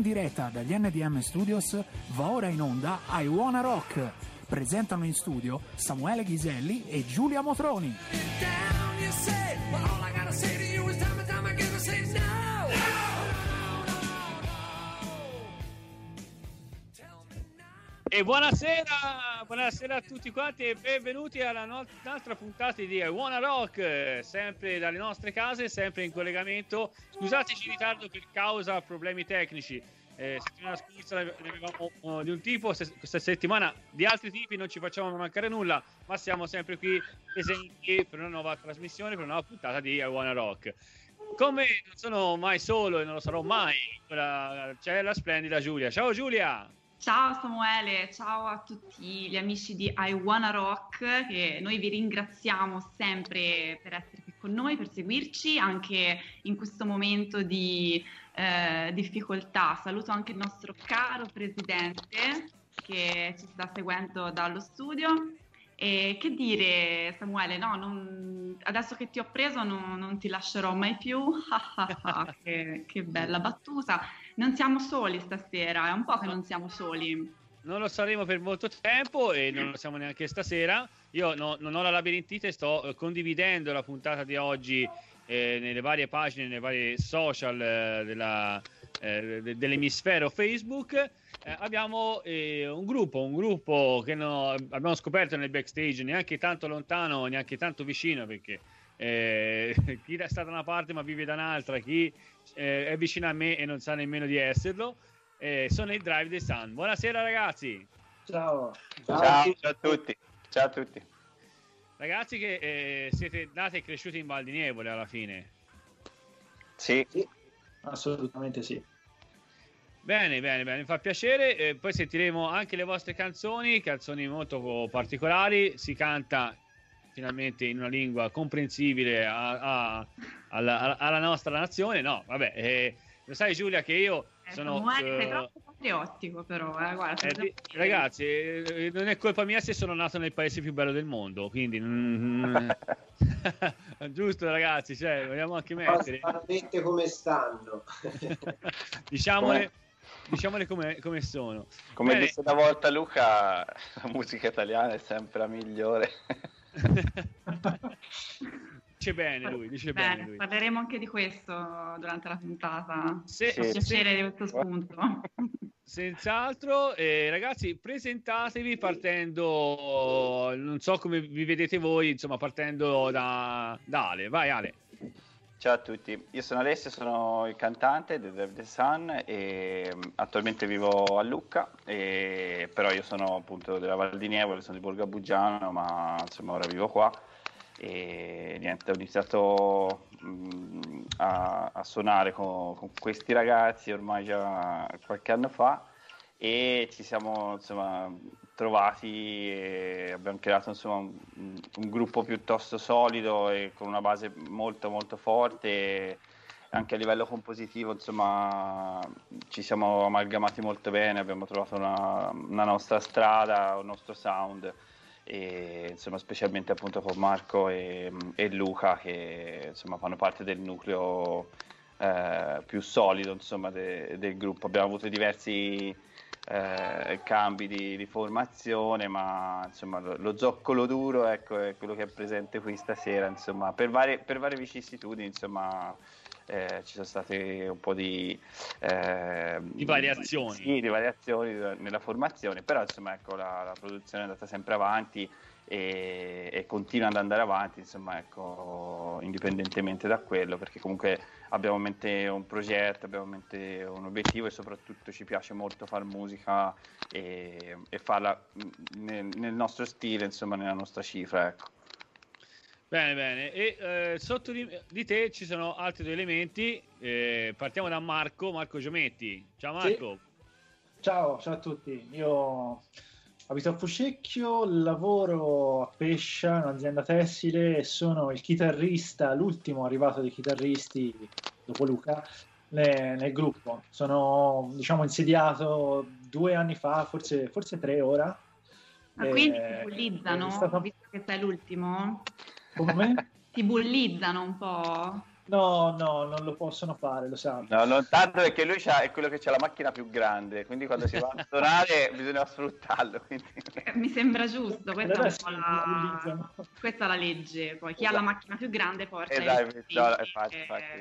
In diretta dagli NDM Studios va ora in onda I Wanna Rock. Presentano in studio Samuele Ghiselli e Giulia Motroni. E buonasera a tutti quanti e benvenuti alla nostra puntata di I Wanna Rock, sempre dalle nostre case, sempre in collegamento. Scusateci in ritardo per causa problemi tecnici. Settimana scorsa ne avevamo di un tipo, questa settimana di altri tipi, non ci facciamo mancare nulla, ma siamo sempre qui presenti per una nuova trasmissione, per una nuova puntata di I Wanna Rock. Come non sono mai solo e non lo sarò mai, c'è la splendida Giulia. Ciao Giulia! Ciao Samuele, ciao a tutti gli amici di I Wanna Rock, che noi vi ringraziamo sempre per essere qui con noi, per seguirci anche in questo momento di difficoltà. Saluto anche il nostro caro presidente che ci sta seguendo dallo studio. E che dire, Samuele, no, adesso che ti ho preso non ti lascerò mai più. Che bella battuta. Non siamo soli stasera, è un po' che non siamo soli. Non lo saremo per molto tempo e non lo siamo neanche stasera. Io non ho la labirintite, sto condividendo la puntata di oggi nelle varie pagine, nei vari social dell'emisfero Facebook. Abbiamo un gruppo che abbiamo scoperto nel backstage, neanche tanto lontano, neanche tanto vicino, perché chi sta da una parte ma vive da un'altra, chi è vicino a me e non sa nemmeno di esserlo, sono i Drive the Sun. Buonasera ragazzi. Ciao a tutti. Ragazzi che siete nati e cresciuti in Val di Nievole alla fine. Sì, assolutamente sì. Bene, mi fa piacere. Poi sentiremo anche le vostre canzoni molto particolari. Si canta finalmente in una lingua comprensibile alla nostra nazione. No, vabbè, lo sai Giulia che io sono... sei troppo patriottico però, guarda. Ragazzi, non è colpa mia se sono nato nel paese più bello del mondo, quindi... Giusto ragazzi, cioè, vogliamo anche mettere... Esattamente come stanno. Diciamole come sono. Come disse una volta Luca, la musica italiana è sempre la migliore. Dice bene lui. Parleremo anche di questo durante la puntata. Sì. Piacere di questo spunto. Senz'altro, ragazzi, presentatevi partendo, non so come vi vedete voi, insomma, partendo da Ale. Vai Ale. Ciao a tutti, io sono Alessio, sono il cantante di Drive the Sun e attualmente vivo a Lucca, però io sono appunto della Val di Nievole, sono di Borgo Abbugiano, ma insomma ora vivo qua e niente, ho iniziato a suonare con questi ragazzi ormai già qualche anno fa e ci siamo insomma trovati e abbiamo creato insomma un gruppo piuttosto solido e con una base molto molto forte e anche a livello compositivo insomma ci siamo amalgamati molto bene, abbiamo trovato una nostra strada, un nostro sound e insomma specialmente appunto con Marco e Luca che insomma fanno parte del nucleo più solido insomma del gruppo. Abbiamo avuto diversi cambi di formazione, ma insomma lo zoccolo duro ecco è quello che è presente qui stasera insomma per varie vicissitudini insomma ci sono state un po' di variazioni. Sì, di variazioni nella formazione, però insomma ecco la produzione è andata sempre avanti e continua ad andare avanti insomma ecco indipendentemente da quello, perché comunque abbiamo in mente un progetto, abbiamo in mente un obiettivo e soprattutto ci piace molto fare musica e farla nel nostro stile insomma nella nostra cifra ecco. Bene, e sotto di te ci sono altri due elementi, partiamo da Marco Giometti. Ciao Marco. Sì. Ciao a tutti, io abito a Fucecchio, lavoro a Pescia, un'azienda tessile e sono il chitarrista, l'ultimo arrivato dei chitarristi dopo Luca nel gruppo. Sono diciamo insediato 2 anni fa, forse 3 ora. Ma quindi ti bullizzano, visto che sei l'ultimo? Come? Ti bullizzano un po'? No, non lo possono fare, lo sa. No, non tanto perché lui è quello che ha la macchina più grande, quindi quando si va a suonare bisogna sfruttarlo. Quindi... Mi sembra giusto, questa, Allora è un po' bullizzano. questa è la legge. Poi chi ha la macchina più grande porta infatti.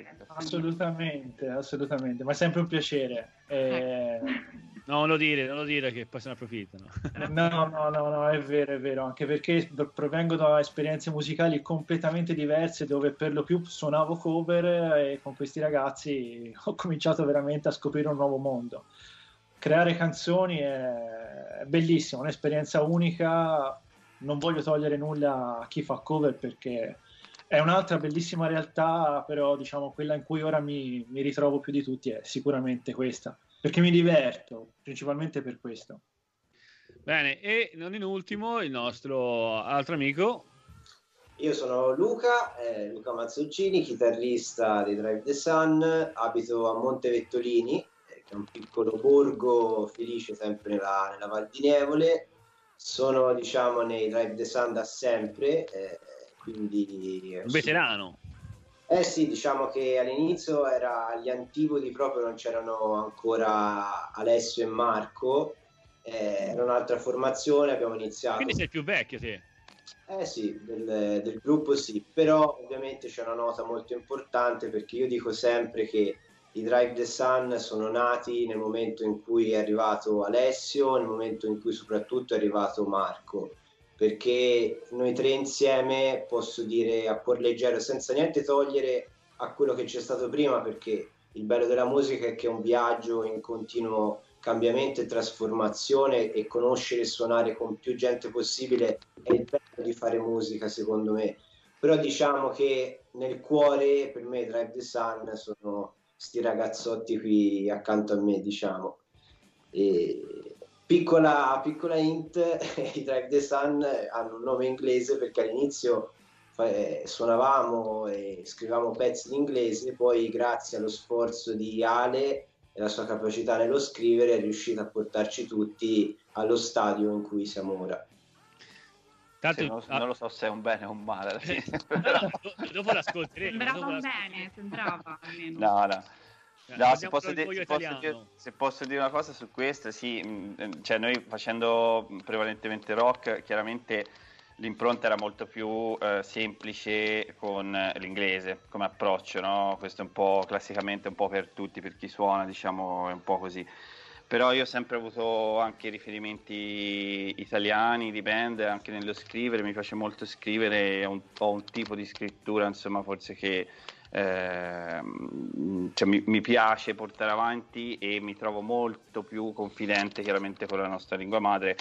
Assolutamente, ma è sempre un piacere. No, non lo dire che poi se ne approfittano. No, è vero, anche perché provengo da esperienze musicali completamente diverse dove per lo più suonavo cover e con questi ragazzi ho cominciato veramente a scoprire un nuovo mondo. Creare canzoni è bellissimo, un'esperienza unica, non voglio togliere nulla a chi fa cover perché è un'altra bellissima realtà, però diciamo quella in cui ora mi ritrovo più di tutti è sicuramente questa. Perché mi diverto, principalmente per questo. Bene, e non in ultimo il nostro altro amico. Io sono Luca Mazzoncini, chitarrista di Drive the Sun, abito a Montevettolini, che è un piccolo borgo felice sempre nella Val di Nievole. Sono, diciamo, nei Drive the Sun da sempre, quindi... Un veterano. Sì, diciamo che all'inizio era agli antipodi, proprio non c'erano ancora Alessio e Marco, era un'altra formazione, abbiamo iniziato... Quindi sei il più vecchio te? Sì, del gruppo sì, però ovviamente c'è una nota molto importante perché io dico sempre che i Drive the Sun sono nati nel momento in cui è arrivato Alessio, nel momento in cui soprattutto è arrivato Marco, perché noi tre insieme, posso dire a cuor leggero, senza niente togliere a quello che c'è stato prima, perché il bello della musica è che è un viaggio in continuo cambiamento e trasformazione, e conoscere e suonare con più gente possibile è il bello di fare musica, secondo me. Però diciamo che nel cuore, per me, Drive the Sun sono sti ragazzotti qui accanto a me, diciamo. Piccola hint, i Drive the Sun hanno un nome inglese perché all'inizio suonavamo e scrivevamo pezzi in inglese, poi grazie allo sforzo di Ale e la sua capacità nello scrivere è riuscito a portarci tutti allo stadio in cui siamo ora. Tanto, non lo so se è un bene o un male. Dopo l'ascolteremo. Sembrava almeno. No, se posso dire una cosa su questo, sì, cioè noi facendo prevalentemente rock, chiaramente l'impronta era molto più semplice con l'inglese come approccio, no? Questo è un po' classicamente un po' per tutti, per chi suona, diciamo, è un po' così. Però io ho sempre avuto anche riferimenti italiani di band, anche nello scrivere, mi piace molto scrivere, ho un tipo di scrittura, insomma, forse che cioè mi piace portare avanti e mi trovo molto più confidente chiaramente con la nostra lingua madre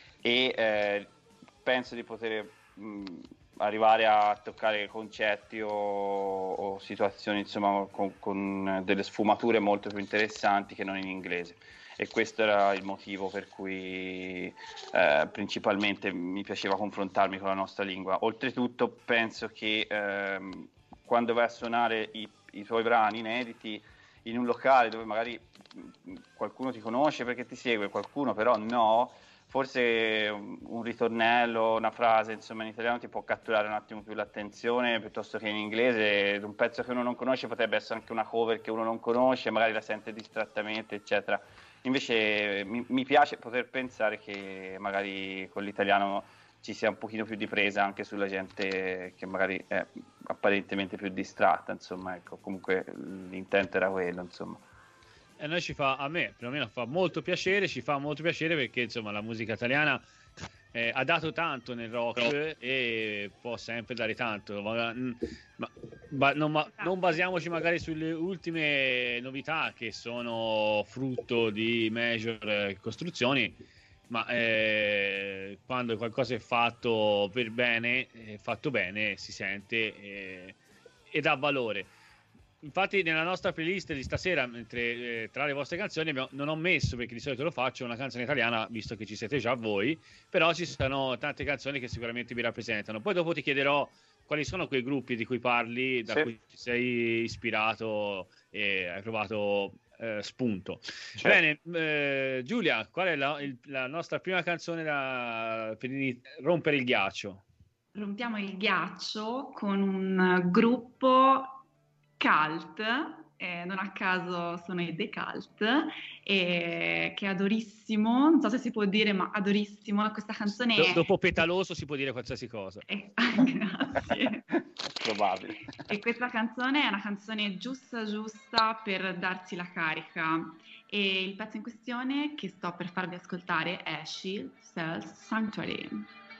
e penso di poter arrivare a toccare concetti o situazioni, insomma, con delle sfumature molto più interessanti che non in inglese. E questo era il motivo per cui principalmente mi piaceva confrontarmi con la nostra lingua. Oltretutto penso che quando vai a suonare i tuoi brani inediti in un locale dove magari qualcuno ti conosce perché ti segue, qualcuno però no, forse un ritornello, una frase, insomma, in italiano ti può catturare un attimo più l'attenzione piuttosto che in inglese. Un pezzo che uno non conosce potrebbe essere anche una cover che uno non conosce, magari la sente distrattamente, eccetera. Invece mi piace poter pensare che magari con l'italiano ci sia un pochino più di presa anche sulla gente che magari è apparentemente più distratta, insomma, ecco, comunque l'intento era quello, insomma. E noi a me perlomeno fa molto piacere, ci fa molto piacere perché insomma la musica italiana ha dato tanto nel rock e può sempre dare tanto, non basiamoci magari sulle ultime novità che sono frutto di major costruzioni, ma quando qualcosa è fatto per bene, fatto bene, si sente e dà valore. Infatti nella nostra playlist di stasera, mentre tra le vostre canzoni non ho messo, perché di solito lo faccio, una canzone italiana, visto che ci siete già voi, però ci sono tante canzoni che sicuramente vi rappresentano. Poi dopo ti chiederò quali sono quei gruppi di cui parli, da cui ti sei ispirato e hai trovato spunto. Certo. Bene, Giulia, qual è la nostra prima canzone per rompere il ghiaccio? Rompiamo il ghiaccio con un gruppo cult, non a caso sono i The Cult, che è adorissimo, non so se si può dire, ma adorissimo. Questa canzone dopo Petaloso si può dire qualsiasi cosa. Grazie. Probabile. E questa canzone è una canzone giusta per darsi la carica, e il pezzo in questione che sto per farvi ascoltare è She Sells Sanctuary.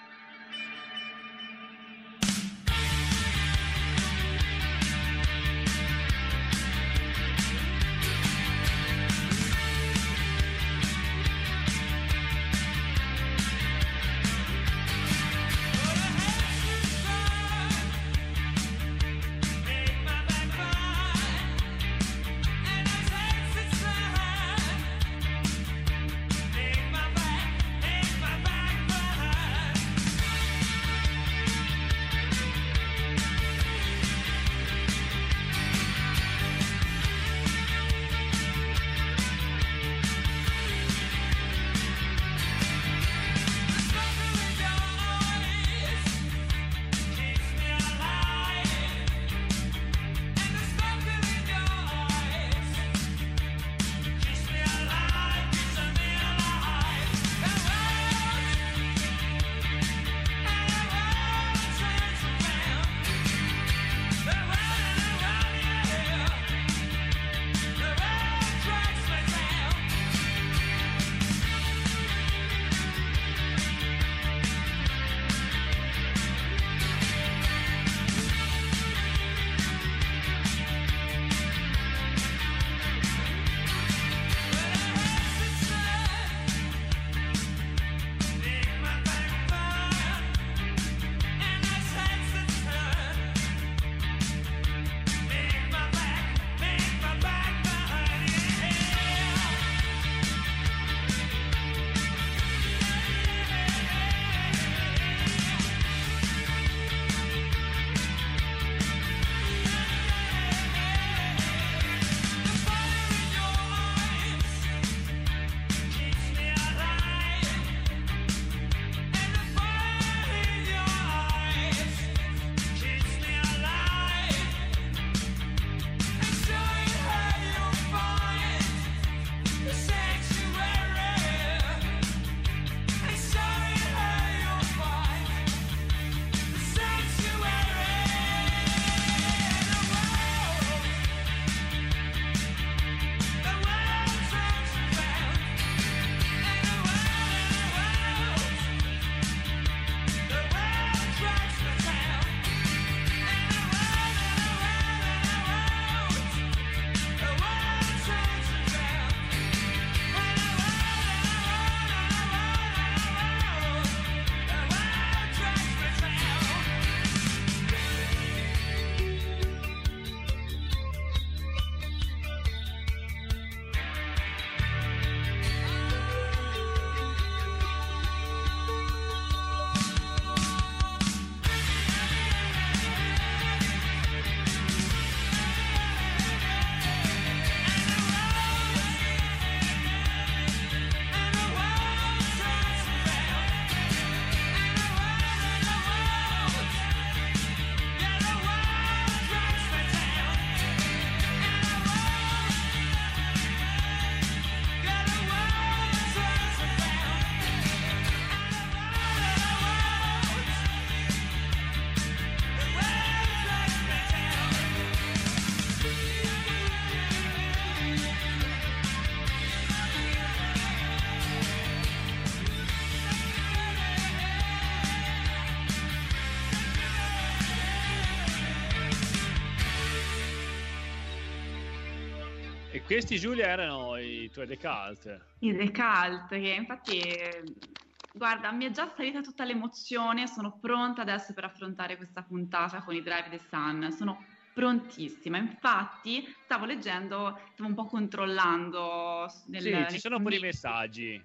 E questi, Giulia, erano i tuoi The Cult? I The Cult, che infatti, guarda, mi è già salita tutta l'emozione, sono pronta adesso per affrontare questa puntata con i Drive the Sun, sono prontissima. Infatti stavo leggendo, stavo un po' controllando ci sono pure i messaggi.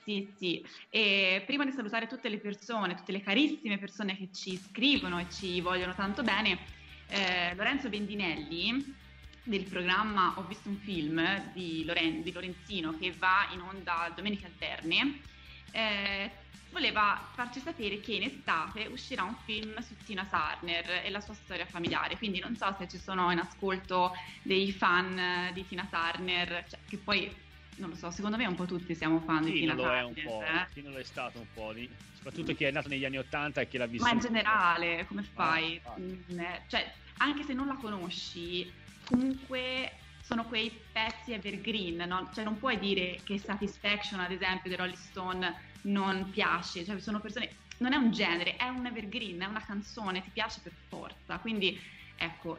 Sì. E prima di salutare tutte le persone, tutte le carissime persone che ci scrivono e ci vogliono tanto bene, Lorenzo Bendinelli del programma Ho visto un film di Lorenzino, che va in onda domenica alterne, voleva farci sapere che in estate uscirà un film su Tina Turner e la sua storia familiare, quindi non so se ci sono in ascolto dei fan di Tina Turner, cioè, che poi non lo so, secondo me un po' tutti siamo fan di Tina Turner. Un po', chi non lo è stato un po', soprattutto chi è nato negli anni '80 e chi l'ha visto. Ma in generale, come fai? Cioè, anche se non la conosci, comunque sono quei pezzi evergreen, no? Cioè non puoi dire che Satisfaction, ad esempio, di Rolling Stone non piace, cioè sono persone, non è un genere, è un evergreen, è una canzone, ti piace per forza, quindi ecco,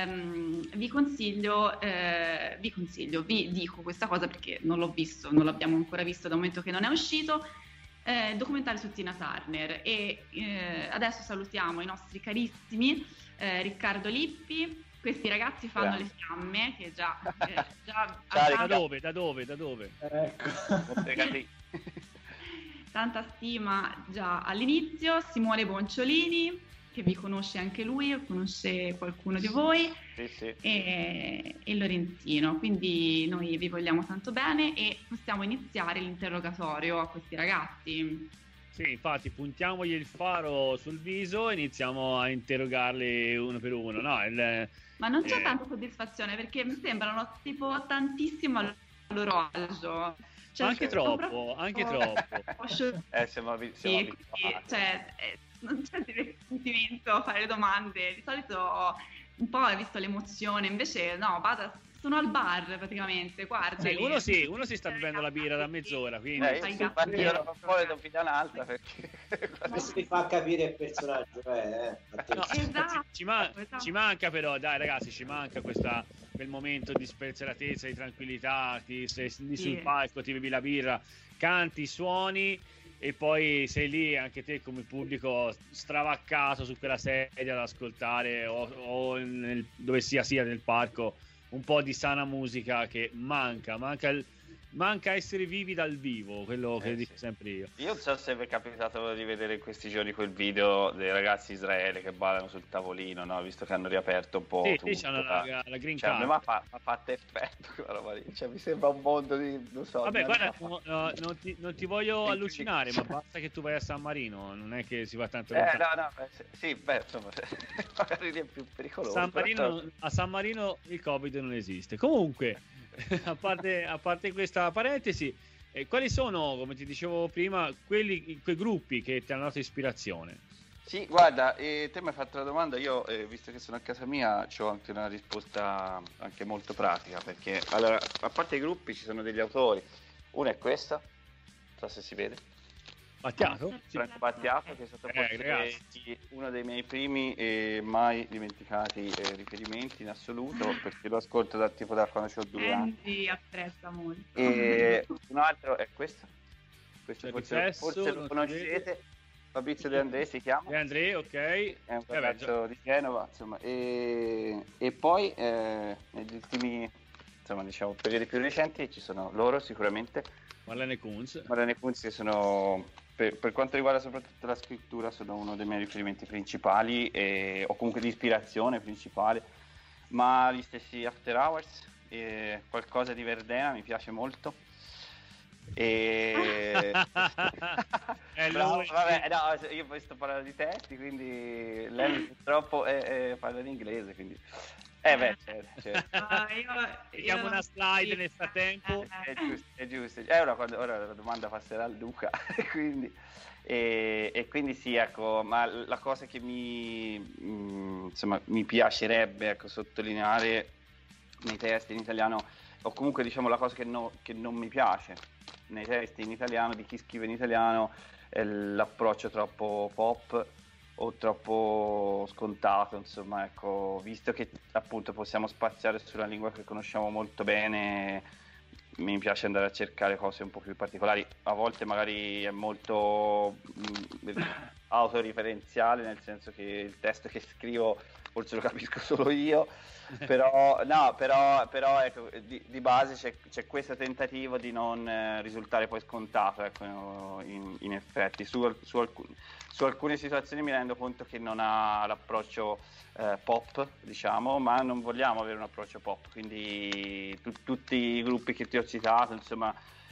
vi dico questa cosa perché non l'ho visto, non l'abbiamo ancora visto dal momento che non è uscito, documentario su Tina Turner, e adesso salutiamo i nostri carissimi Riccardo Lippi. Questi ragazzi fanno le fiamme, che già da dove? Ecco. Tanta stima già all'inizio. Simone Bonciolini, che vi conosce anche lui, o conosce qualcuno di voi, sì. E Lorenzino, quindi noi vi vogliamo tanto bene e possiamo iniziare l'interrogatorio a questi ragazzi. Sì, infatti puntiamogli il faro sul viso e iniziamo a interrogarli uno per uno, no? Ma non c'è tanta soddisfazione, perché mi sembrano tipo tantissimo all'orologio. Cioè, anche troppo. Siamo abituati. Cioè, non c'è divertimento a fare le domande. Di solito un po' hai visto l'emozione, invece no, sono al bar praticamente, guarda. Sì, uno si sta bevendo la birra da mezz'ora, quindi infatti io non voglio dopo un'altra perché ma si fa capire il personaggio, no, esatto, ci manca però, dai ragazzi, ci manca quel momento di spensieratezza, di tranquillità, sei lì sul palco, ti bevi la birra, canti, suoni e poi sei lì anche te come pubblico stravaccato su quella sedia ad ascoltare o dove sia nel parco, un po' di sana musica che manca essere vivi dal vivo, quello che dico sempre io. Io non so se vi è capitato di vedere in questi giorni quel video dei ragazzi di Israele che ballano sul tavolino, no? Visto che hanno riaperto un po' tutto. Sì, c'hanno la green card. Ma ha fatto effetto quella roba lì. Cioè, mi sembra un mondo di, non so. Vabbè, guarda, non ti voglio allucinare, ma basta che tu vai a San Marino, non è che si va tanto lontano. Insomma, magari è più pericoloso. A San Marino il Covid non esiste. Comunque, a parte questa parentesi, quali sono, come ti dicevo prima, quei gruppi che ti hanno dato ispirazione? Sì, guarda, te mi hai fatto la domanda, io visto che sono a casa mia ho anche una risposta anche molto pratica, perché allora, a parte i gruppi ci sono degli autori, uno è questo, non so se si vede, Battiato? Franco Battiato, che è stato forse uno dei miei primi e mai dimenticati riferimenti in assoluto, perché lo ascolto da quando ho 2 anni. Andy apprezza molto. E un altro è questo forse lo conoscete, Fabrizio De André si chiama. De André, ok. È un ragazzo di Genova, insomma, e poi negli ultimi, insomma, diciamo, periodi più recenti ci sono loro sicuramente. Marlene Kunz, che sono, per quanto riguarda soprattutto la scrittura, sono uno dei miei riferimenti principali o comunque di ispirazione principale, ma gli stessi After Hours, qualcosa di Verdena mi piace molto. Vabbè, no, io poi sto parlando di testi, quindi lei purtroppo parla in inglese, quindi certo. Vediamo una slide nel frattempo. È giusto. Ora la domanda passerà a Luca, quindi quindi sì, ecco, ma la cosa che mi piacerebbe, ecco, sottolineare nei testi in italiano, o comunque diciamo la cosa che non mi piace nei testi in italiano di chi scrive in italiano, è l'approccio troppo pop o troppo scontato, insomma, ecco, visto che appunto possiamo spaziare sulla lingua che conosciamo molto bene, mi piace andare a cercare cose un po' più particolari, a volte magari è molto autoreferenziale, nel senso che il testo che scrivo forse lo capisco solo io, però ecco, di base c'è questo tentativo di non risultare poi scontato, ecco, in effetti su alcune situazioni mi rendo conto che non ha l'approccio pop, diciamo, ma non vogliamo avere un approccio pop, quindi tutti i gruppi che ti ho citato, insomma,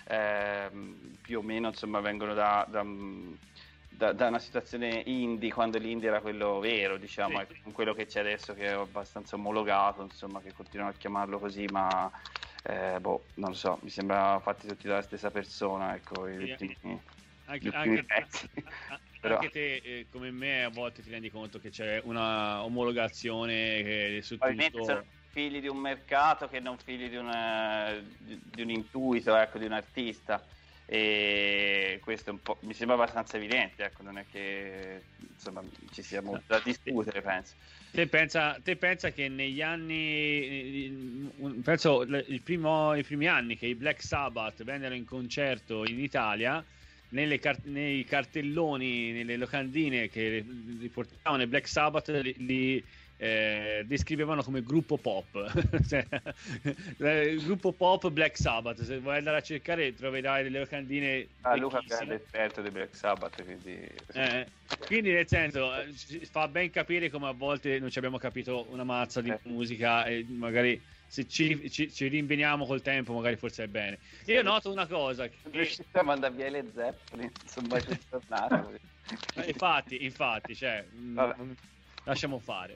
più o meno insomma vengono da una situazione indie, quando l'indie era quello vero, diciamo, Sì. con quello che c'è adesso che è abbastanza omologato, insomma, che continuano a chiamarlo così, ma non lo so, mi sembra fatti tutti dalla stessa persona, ecco, gli ultimi pezzi. Però... Anche te, come me, a volte ti rendi conto che c'è una omologazione su tutto. Sono figli di un mercato che non figli di un intuito, ecco, di un artista, e questo è un po', mi sembra abbastanza evidente, ecco, non è che insomma ci sia molto da discutere, penso. Te pensa che negli anni, penso i primi anni che i Black Sabbath vennero in concerto in Italia, nei cartelloni, nelle locandine che riportavano i Black Sabbath li descrivevano come gruppo pop. Cioè, il gruppo pop Black Sabbath, se vuoi andare a cercare troverai delle locandine. Luca è l'esperto dei Black Sabbath, quindi nel senso fa ben capire come a volte non ci abbiamo capito una mazza di musica, e magari se ci rinveniamo col tempo magari forse è bene. Io noto una cosa che... riuscite a mandare via le Zeppelin, sono mai tornato. infatti cioè, lasciamo fare.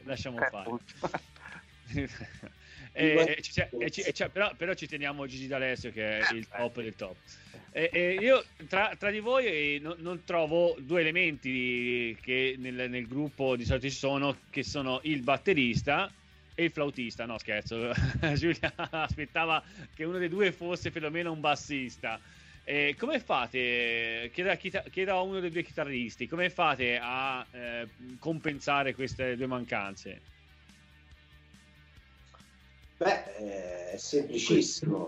Però ci teniamo Gigi D'Alessio, che è il top del top. Io tra di voi non trovo due elementi che nel gruppo di solito ci sono, che sono il batterista e il flautista. No, scherzo. Giulia aspettava che uno dei due fosse perlomeno un bassista. Come fate? Chiedo a uno dei due chitarristi, come fate a compensare queste due mancanze? È semplicissimo.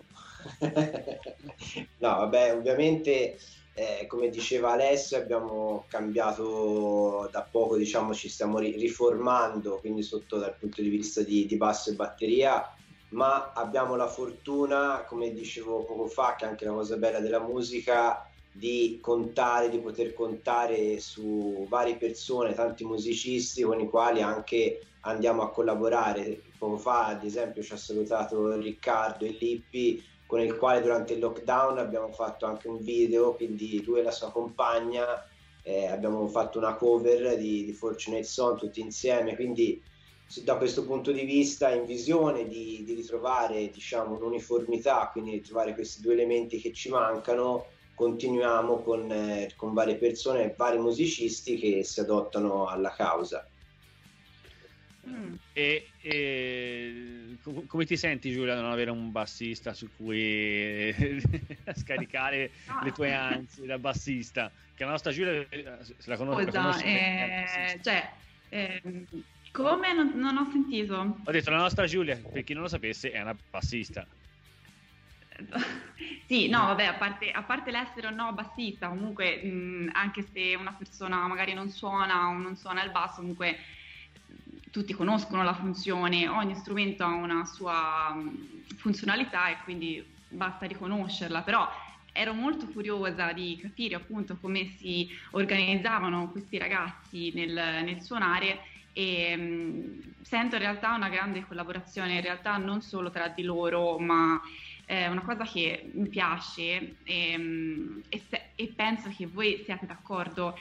No, vabbè, ovviamente come diceva Alessio, abbiamo cambiato da poco, diciamo, ci stiamo riformando, quindi sotto dal punto di vista di basso e batteria, ma abbiamo la fortuna, come dicevo poco fa, che è anche la cosa bella della musica, di poter contare su varie persone, tanti musicisti con i quali anche andiamo a collaborare. Poco fa, ad esempio, ci ha salutato Riccardo e Lippi, con il quale durante il lockdown abbiamo fatto anche un video, quindi lui e la sua compagna abbiamo fatto una cover di Fortunate Son tutti insieme, quindi da questo punto di vista, in visione di ritrovare, diciamo, un'uniformità, quindi ritrovare questi due elementi che ci mancano, continuiamo con varie persone, vari musicisti che si adottano alla causa. Come ti senti, Giulia, non avere un bassista su cui scaricare le tue ansie da bassista? Che la nostra Giulia se la conosce. Come? Non ho sentito. Ho detto la nostra Giulia, per chi non lo sapesse, è una bassista. Sì, no, vabbè, a parte l'essere o no bassista, comunque anche se una persona magari non suona o non suona il basso, comunque tutti conoscono la funzione, ogni strumento ha una sua funzionalità e quindi basta riconoscerla. Però ero molto curiosa di capire appunto come si organizzavano questi ragazzi nel suonare, e sento in realtà una grande collaborazione, in realtà non solo tra di loro, ma è una cosa che mi piace, e penso che voi siate d'accordo.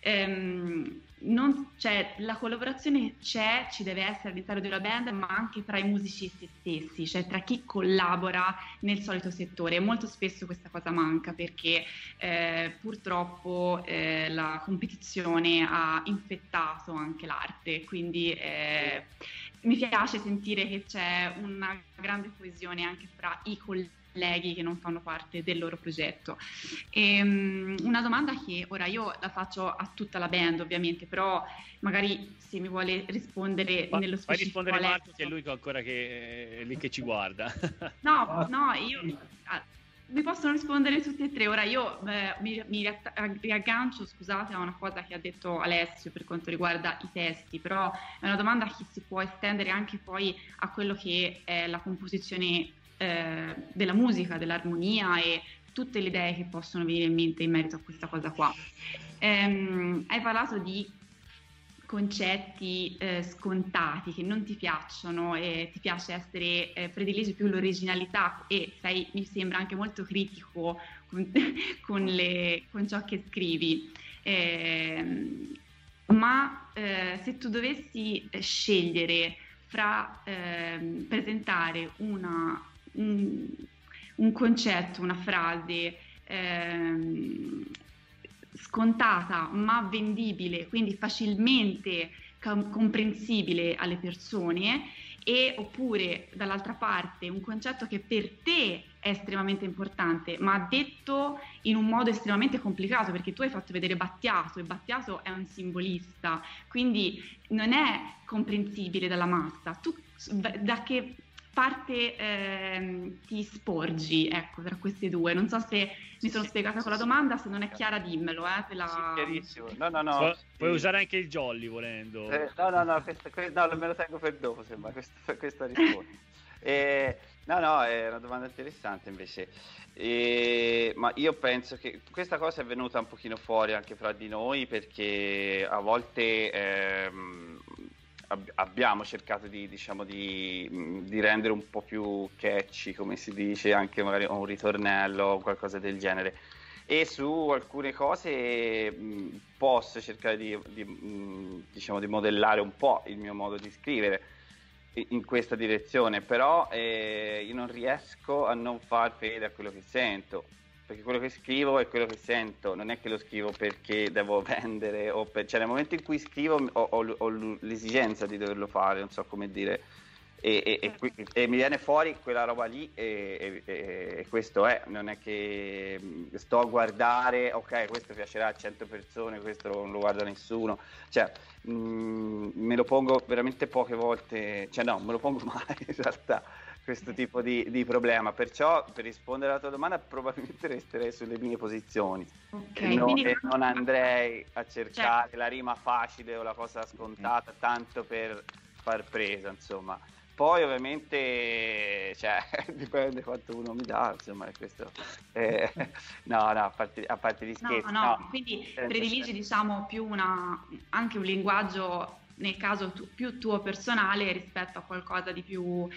La collaborazione ci deve essere all'interno di una band, ma anche tra i musicisti stessi, cioè tra chi collabora nel solito settore. Molto spesso questa cosa manca perché purtroppo la competizione ha infettato anche l'arte, quindi mi piace sentire che c'è una grande coesione anche fra i colleghi che non fanno parte del loro progetto. Una domanda che ora io la faccio a tutta la band, ovviamente, però magari se mi vuole rispondere nello specifico. Fai rispondere Marco, che è lui ancora che è lì che ci guarda. No, io mi possono rispondere tutti e tre. Ora io mi riaggancio, scusate, a una cosa che ha detto Alessio per quanto riguarda i testi, però è una domanda che si può estendere anche poi a quello che è la composizione della musica, dell'armonia e tutte le idee che possono venire in mente in merito a questa cosa qua. Hai parlato di concetti scontati che non ti piacciono e ti piace essere prediligi più l'originalità e sei, mi sembra, anche molto critico con ciò che scrivi. Ma se tu dovessi scegliere fra presentare un concetto, una frase scontata ma vendibile, quindi facilmente comprensibile alle persone, oppure dall'altra parte un concetto che per te è estremamente importante, ma detto in un modo estremamente complicato, perché tu hai fatto vedere Battiato e Battiato è un simbolista, quindi non è comprensibile dalla massa. Tu da che parte ti sporgi, ecco, tra queste due? Non so se mi sono spiegata con la domanda, se non è chiara dimmelo, Sì, chiarissimo. No. Puoi usare anche il jolly volendo. No, me lo tengo per dopo, sembra, questa risposta. No, è una domanda interessante invece. Ma io penso che questa cosa è venuta un pochino fuori anche fra di noi, perché a volte abbiamo cercato di rendere un po' più catchy, come si dice, anche magari un ritornello o qualcosa del genere, e su alcune cose posso cercare di modellare un po' il mio modo di scrivere in questa direzione, però io non riesco a non far fede a quello che sento, perché quello che scrivo è quello che sento, non è che lo scrivo perché devo vendere cioè nel momento in cui scrivo ho l'esigenza di doverlo fare, non so come dire, e mi viene fuori quella roba lì, e questo non è che sto a guardare, ok, questo piacerà a 100 persone, questo non lo guarda nessuno, cioè me lo pongo veramente poche volte, cioè no, me lo pongo mai in realtà questo tipo di problema, perciò per rispondere alla tua domanda probabilmente resterei sulle mie posizioni, e non andrei a cercare la rima facile o la cosa scontata tanto per far presa, insomma. Poi ovviamente, cioè, dipende quanto uno mi dà, insomma, questo no, a parte gli scherzi. No, quindi prediligi, diciamo, più anche un linguaggio, nel caso più tuo personale, rispetto a qualcosa di più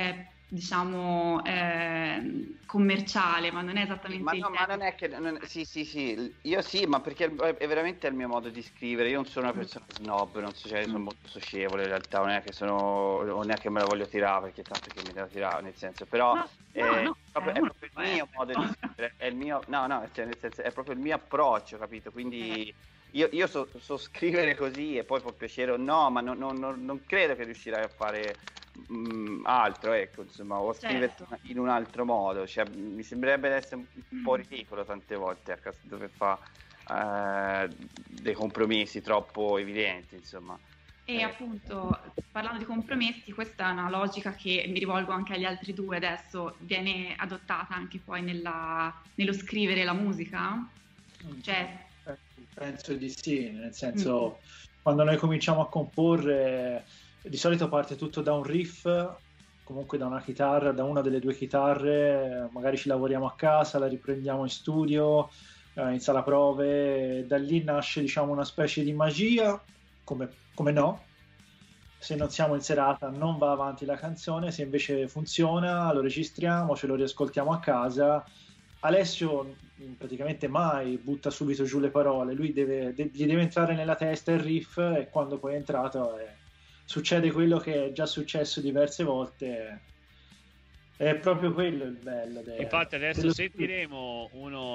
commerciale, ma non è esattamente ma non è che sì, io sì, ma perché è veramente il mio modo di scrivere. Io non sono una persona snob, non so, cioè, sono molto socievole in realtà, non è che me la voglio tirare, perché tanto che mi devo tirare, nel senso, però è proprio il mio modo di scrivere, è il mio, cioè nel senso, è proprio il mio approccio, capito? Quindi io so scrivere così, e poi può piacere o no, ma non credo che riuscirai a fare altro, ecco, insomma, o scrivere in un altro modo, cioè mi sembrerebbe essere un po' ridicolo tante volte dover fare dei compromessi troppo evidenti, insomma. E appunto, parlando di compromessi, questa è una logica che, mi rivolgo anche agli altri due adesso, viene adottata anche poi nello scrivere la musica? Cioè, penso di sì, nel senso, quando noi cominciamo a comporre, di solito parte tutto da un riff, comunque da una chitarra, da una delle due chitarre, magari ci lavoriamo a casa, la riprendiamo in studio, in sala prove, da lì nasce, diciamo, una specie di magia, come no, se non siamo in serata non va avanti la canzone, se invece funziona lo registriamo, ce lo riascoltiamo a casa. Alessio praticamente mai butta subito giù le parole, lui gli deve entrare nella testa il riff, e quando poi è entrato succede quello che è già successo diverse volte. È proprio quello il bello. Infatti adesso sentiremo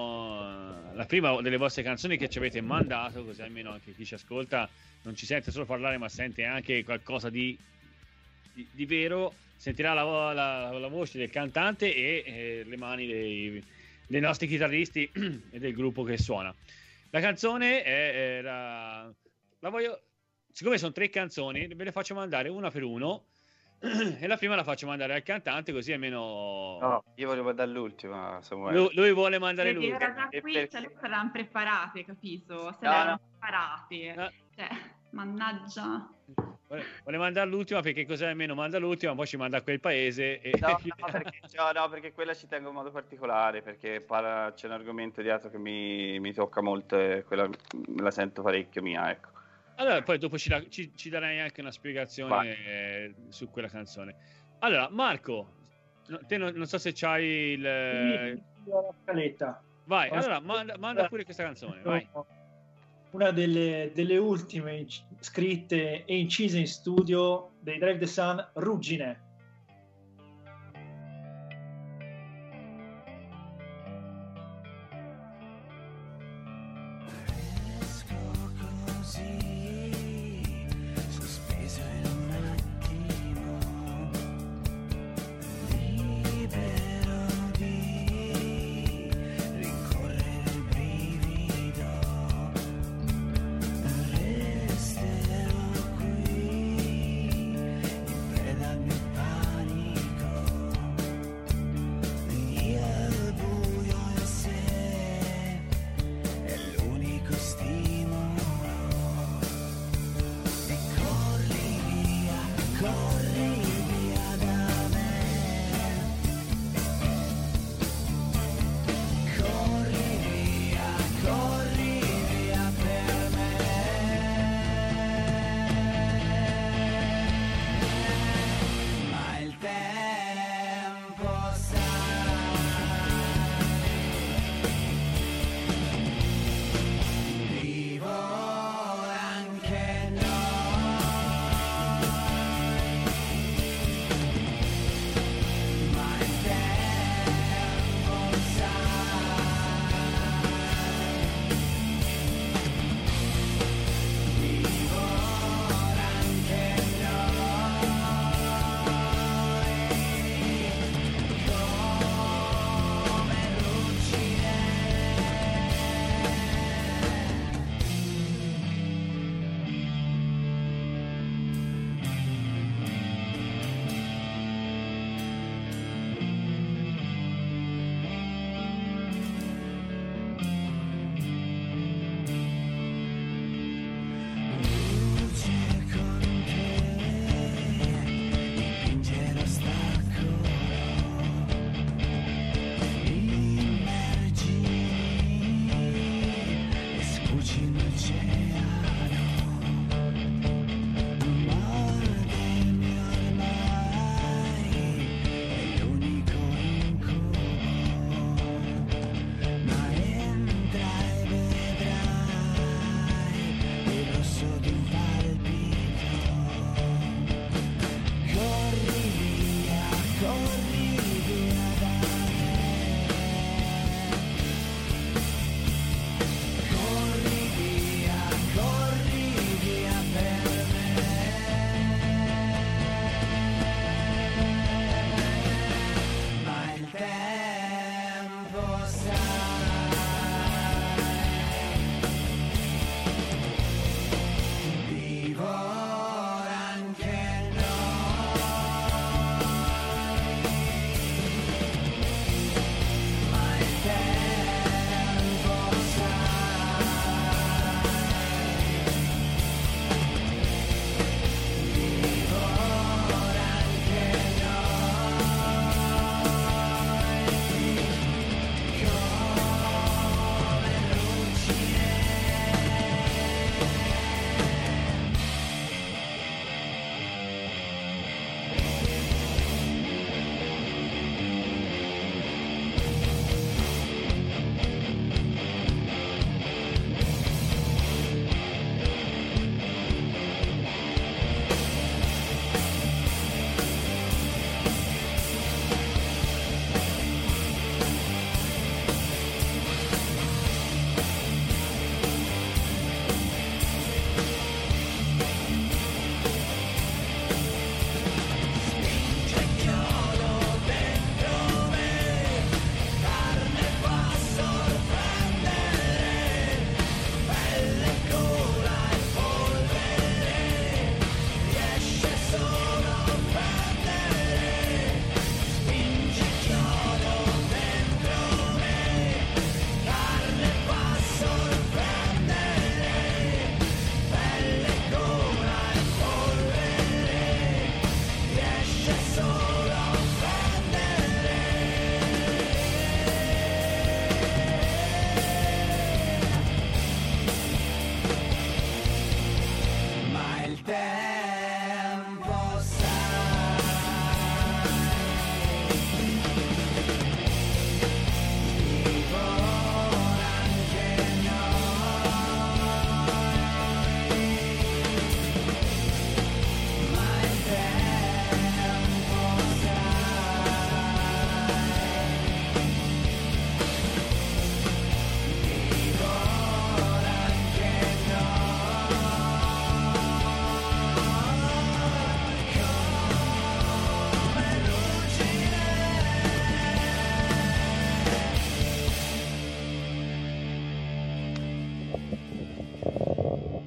la prima delle vostre canzoni che ci avete mandato, così almeno anche chi ci ascolta non ci sente solo parlare, ma sente anche qualcosa di vero, sentirà la voce del cantante e le mani dei nostri chitarristi e del gruppo che suona. La canzone la voglio, siccome sono 3 canzoni, ve le faccio mandare una per uno, e la prima la faccio mandare al cantante, così almeno... No, io volevo mandare l'ultima, Samuele. Lui vuole mandare l'ultima. l'ultima. Era già qui, ce le saranno preparate, capito? Se no, le erano preparate. No. Cioè, mannaggia. Vuole mandare l'ultima, perché così almeno manda l'ultima, poi ci manda a quel paese. Perché quella ci tengo in modo particolare, perché c'è un argomento dietro che mi tocca molto, e quella la sento parecchio mia, ecco. Allora, poi dopo ci darai anche una spiegazione su quella canzone. Allora, Marco, te non so se c'hai la scaletta. Vai, allora manda pure questa canzone, vai. Una delle ultime scritte e incise in studio dei Drive the Sun, Ruggine.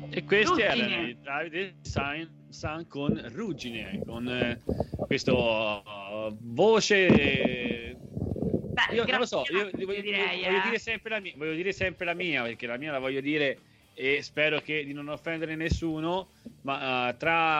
E questi Ruggine. erano i Drive the Sun con Ruggine, con questo voce. Beh, Io non lo so, io voglio direi, dire sempre la mia, perché la mia la voglio dire e spero di non offendere nessuno, ma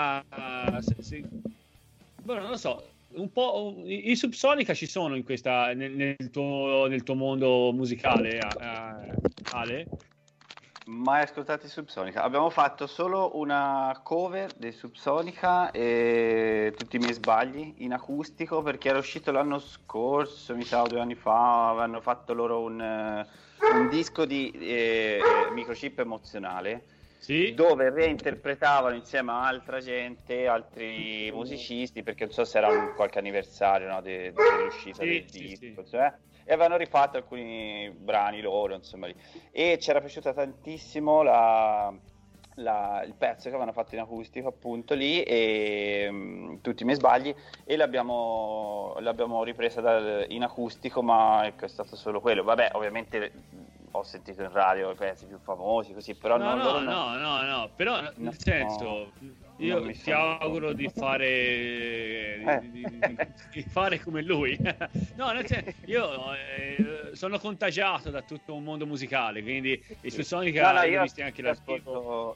non lo so, un po' i Subsonica ci sono in questa nel tuo mondo musicale, Ale? Mai ascoltato i Subsonica? Abbiamo fatto solo una cover dei Subsonica e tutti i miei sbagli in acustico, perché era uscito l'anno scorso, mi sa 2 anni fa, avevano fatto loro un disco di microchip emozionale, Sì? dove reinterpretavano insieme a altra gente, altri musicisti, perché non so se era qualche anniversario, no, dell'uscita del disco, cioè, e avevano rifatto alcuni brani loro, insomma, lì. E c'era piaciuta tantissimo il pezzo che avevano fatto in acustico, appunto, lì, e tutti i miei sbagli, e l'abbiamo ripresa in acustico, ma ecco, è stato solo quello. Vabbè, ovviamente ho sentito in radio i pezzi più famosi, così, però no, però nel senso, io ti auguro di fare di fare come lui. No, nel senso, io sono contagiato da tutto un mondo musicale, quindi i suoi Sonica li ho visti anche da ascolto.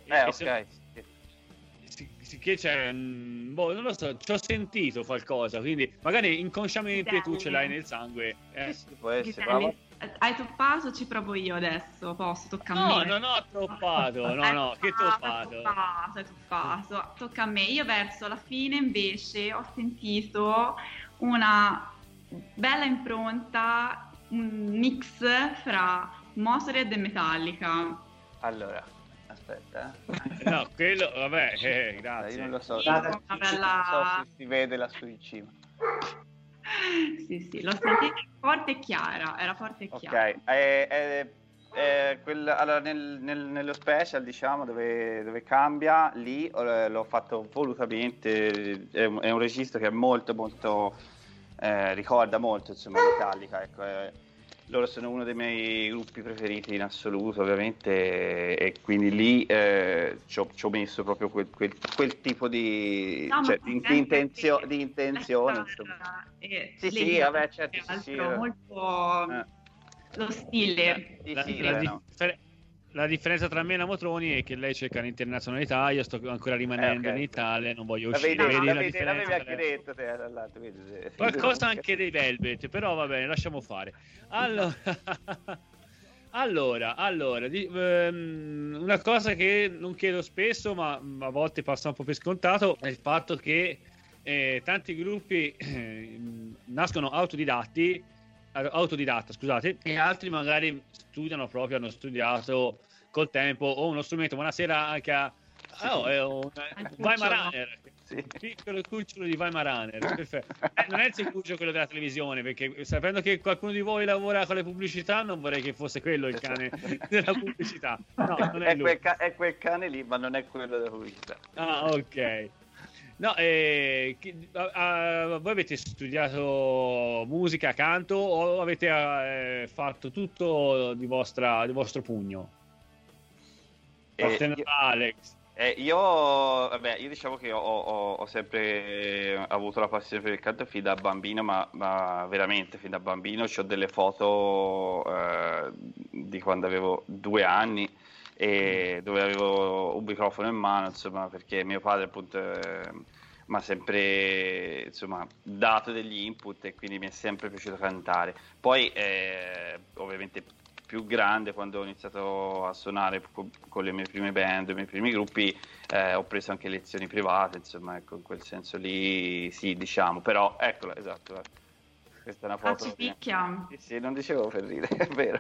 Che c'è, non lo so, ci ho sentito qualcosa, quindi magari inconsciamente tu ce l'hai nel sangue. Può essere, hai toppato? Ci provo io adesso. Posso? Tocca a me. No, non ho toppato. No, che toppato? Hai toppato. Tocca a me. Io verso la fine invece ho sentito una bella impronta, un mix fra Motorhead e Metallica. Allora, aspetta. No, quello, vabbè, grazie. Io non lo so. Una Non bella... so se si vede lassù in cima. Sì, l'ho sentita forte e chiara, era forte e chiara. Ok, allora, nello special, diciamo, dove cambia, lì l'ho fatto volutamente, è un registro che è molto, molto, ricorda molto, insomma, Metallica, ecco, loro sono uno dei miei gruppi preferiti in assoluto, ovviamente, e quindi lì ci ho messo proprio quel tipo di, No, cioè, di intenzione, insomma. Sì, vabbè, certo, sì. Molto lo stile. La differenza tra me e la Motroni è che lei cerca l'internazionalità, io sto ancora rimanendo in Italia, non voglio uscire. L'avevi anche detto te, dall'altro, qualcosa anche dei Velvet, però va bene, lasciamo fare. Allora, una cosa che non chiedo spesso, ma a volte passa un po' per scontato, è il fatto che tanti gruppi nascono autodidatta, scusate, e altri magari hanno studiato col tempo o uno strumento. Buonasera anche a Weimaraner, sì. Piccolo cucciolo di Weimaraner, perfetto. Non è il seguccio quello della televisione, perché sapendo che qualcuno di voi lavora con le pubblicità non vorrei che fosse quello il cane della pubblicità. No, non è lui. È quel cane lì, ma non è quello della pubblicità. Ah, ok. No, voi avete studiato musica, canto, o avete fatto tutto di vostro pugno? Alex. Io diciamo che ho sempre avuto la passione per il canto fin da bambino, ma veramente fin da bambino. C'ho delle foto di quando avevo 2 anni, e dove avevo un microfono in mano, insomma, perché mio padre appunto mi ha sempre, insomma, dato degli input, e quindi mi è sempre piaciuto cantare. Poi ovviamente più grande, quando ho iniziato a suonare con le mie prime band, i miei primi gruppi, ho preso anche lezioni private, insomma, ecco, in quel senso lì sì, diciamo. Però eccola, esatto, questa è una foto. Ci picchia. Sì, non dicevo per ridere, è vero.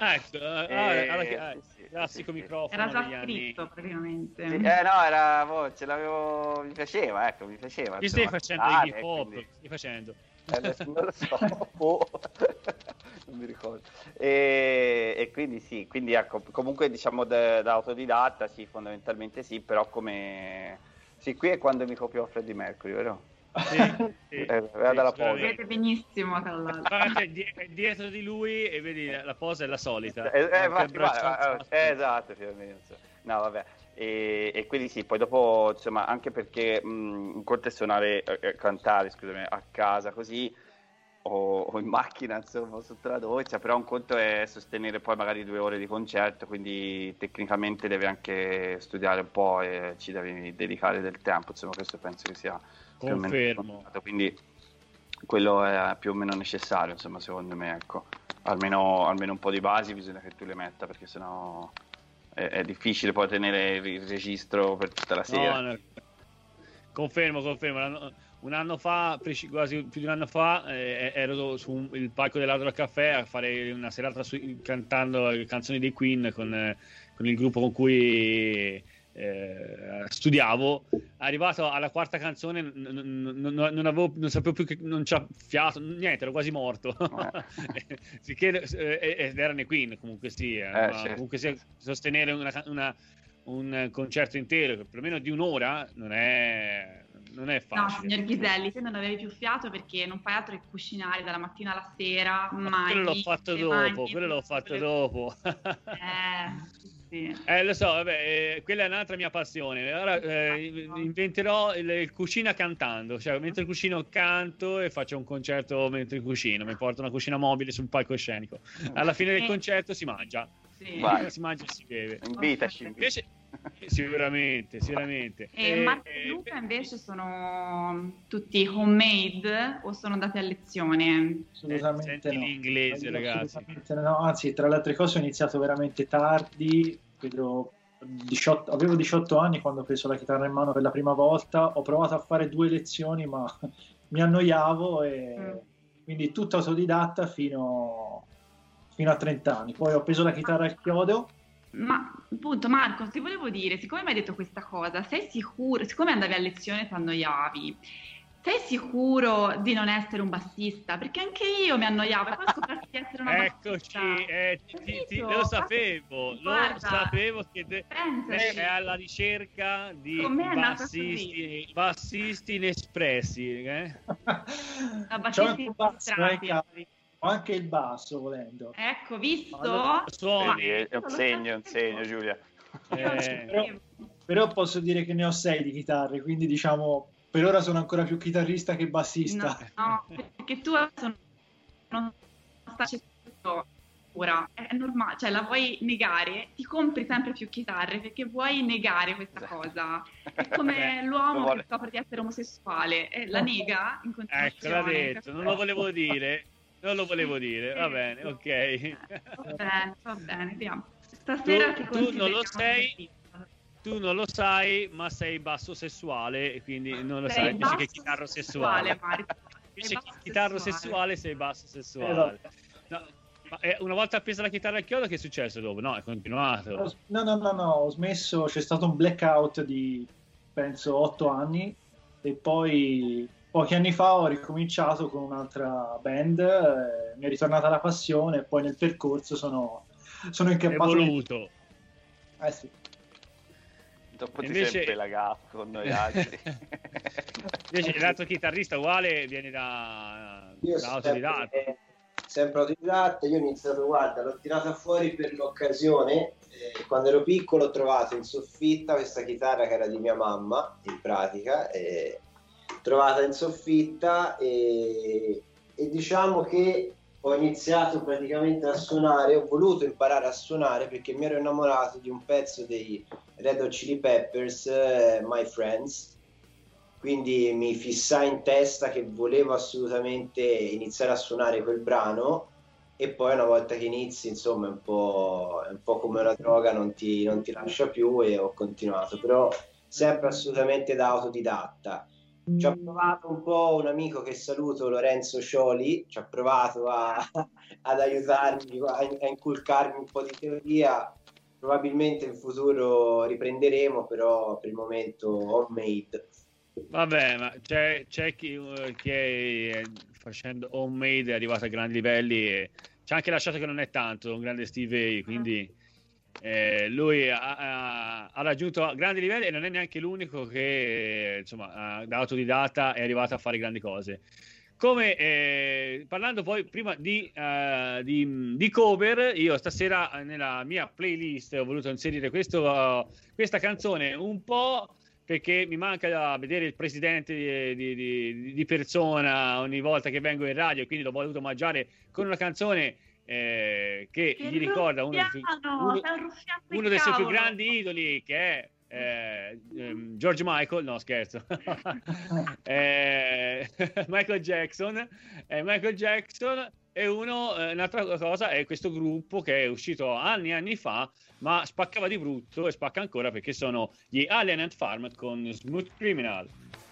Classico microfono. Era già scritto praticamente. Sì, no, ce l'avevo, mi piaceva. Ti stai facendo il hip hop? Quindi... Stai facendo? Non lo so, non mi ricordo. E quindi sì, quindi ecco, comunque diciamo da autodidatta, sì, fondamentalmente sì, però come... Sì, qui è quando mi copiò Freddie Mercury, vero? Sì, dalla posa. Vedete benissimo, tra l'altro. Guarda, dietro di lui, e vedi la posa è la solita. Esatto, più o meno. No, vabbè. E quindi sì, poi dopo, insomma, anche perché un conto è suonare, cantare, scusami, a casa così, o in macchina, insomma, sotto la doccia, però un conto è sostenere poi magari 2 ore di concerto, quindi tecnicamente devi anche studiare un po' e ci devi dedicare del tempo, insomma, questo penso che sia più o meno scontato, quindi quello è più o meno necessario, insomma, secondo me, ecco, almeno un po' di basi bisogna che tu le metta, perché sennò è difficile poi tenere il registro per tutta la sera. No. Confermo. Un anno fa, quasi più di un anno fa, ero sul palco dell'Hard Rock Café a fare una serata cantando canzoni dei Queen con il gruppo con cui studiavo. Arrivato alla quarta canzone non sapevo più, che non c'ho fiato, niente, ero quasi morto. Ed erano i Queen, comunque sia, certo. comunque sia, sostenere un concerto intero, perlomeno di un'ora, non è facile. No, signor Ghiselli, te non avevi più fiato perché non fai altro che cucinare dalla mattina alla sera. Quello l'ho fatto dopo. Sì. Lo so, vabbè, quella è un'altra mia passione. Ora inventerò il cucina cantando, cioè mentre cucino canto e faccio un concerto mentre cucino, mi porto una cucina mobile sul palcoscenico. Alla fine del concerto si mangia. Sì. Si mangia e si beve. Invitaci. Invece, sicuramente. E Marco e Luca invece sono tutti homemade o sono andati a lezione? Assolutamente no. L'inglese, ragazzi. No, anzi, tra le altre cose ho iniziato veramente tardi, avevo 18 anni quando ho preso la chitarra in mano per la prima volta, ho provato a fare 2 lezioni ma mi annoiavo e quindi tutto autodidatta fino a 30 anni, poi ho preso la chitarra al chiodo. Ma appunto Marco, ti volevo dire, siccome mi hai detto questa cosa, sei sicuro, siccome andavi a lezione e ti annoiavi, sei sicuro di non essere un bassista? Perché anche io mi annoiavo e poi ho scoperto di essere una bassista. Eccoci, lo sapevo, che lei è alla ricerca di bassisti inespressi. Bassisti Ho anche il basso volendo. Ecco, visto? È un segno, Giulia. Però posso dire che ne ho 6 di chitarre, quindi diciamo per ora sono ancora più chitarrista che bassista. No, perché tu non stai ora, è normale, cioè la vuoi negare, ti compri sempre più chitarre perché vuoi negare questa cosa. È come l'uomo che scopre di essere omosessuale, la nega in continuazione. Ecco, l'ha detto, non lo volevo dire. Va bene, ok. Va bene, vediamo. Stasera tu non lo sei. Tu non lo sai, ma sei basso sessuale e quindi non lo sai. Invece che chitarro sessuale. Invece che chitarro sessuale sei basso sessuale. No, ma una volta appesa la chitarra al chiodo, che è successo dopo? No, è continuato. No, ho smesso. C'è stato un blackout di penso 8 anni e poi pochi anni fa ho ricominciato con un'altra band, mi è ritornata la passione e poi nel percorso sono incappato. Evoluto. Sì. Dopo ti sei pelagato con noi altri. Invece l'altro chitarrista uguale viene da autodidatta. Sempre autodidatta. Io ho iniziato, guarda, l'ho tirata fuori per l'occasione. Quando ero piccolo ho trovato in soffitta questa chitarra che era di mia mamma, in pratica, trovata in soffitta e diciamo che ho iniziato praticamente a suonare, ho voluto imparare a suonare perché mi ero innamorato di un pezzo dei Red Hot Chili Peppers, My Friends, quindi mi fissai in testa che volevo assolutamente iniziare a suonare quel brano e poi una volta che inizi, insomma, è un po' come una droga, non ti lascia più e ho continuato, però sempre assolutamente da autodidatta. Ci ha provato un po' un amico che saluto, Lorenzo Scioli, ci ha provato ad aiutarmi, a inculcarmi un po' di teoria. Probabilmente in futuro riprenderemo, però per il momento homemade. Vabbè, ma c'è chi è facendo homemade è arrivato a grandi livelli e ci ha anche lasciato che non è tanto un grande Steve Vai, quindi lui ha raggiunto grandi livelli e non è neanche l'unico che insomma da autodidatta è arrivato a fare grandi cose. come parlando poi prima di cover, io stasera nella mia playlist ho voluto inserire questa canzone un po' perché mi manca da vedere il presidente di persona ogni volta che vengo in radio, quindi l'ho voluto omaggiare con una canzone che gli ricorda uno dei suoi più grandi idoli, che è George Michael, no scherzo, Michael Jackson. Michael Jackson è un'altra cosa, è questo gruppo che è uscito anni fa, ma spaccava di brutto e spacca ancora, perché sono gli Alien Ant Farm con Smooth Criminal.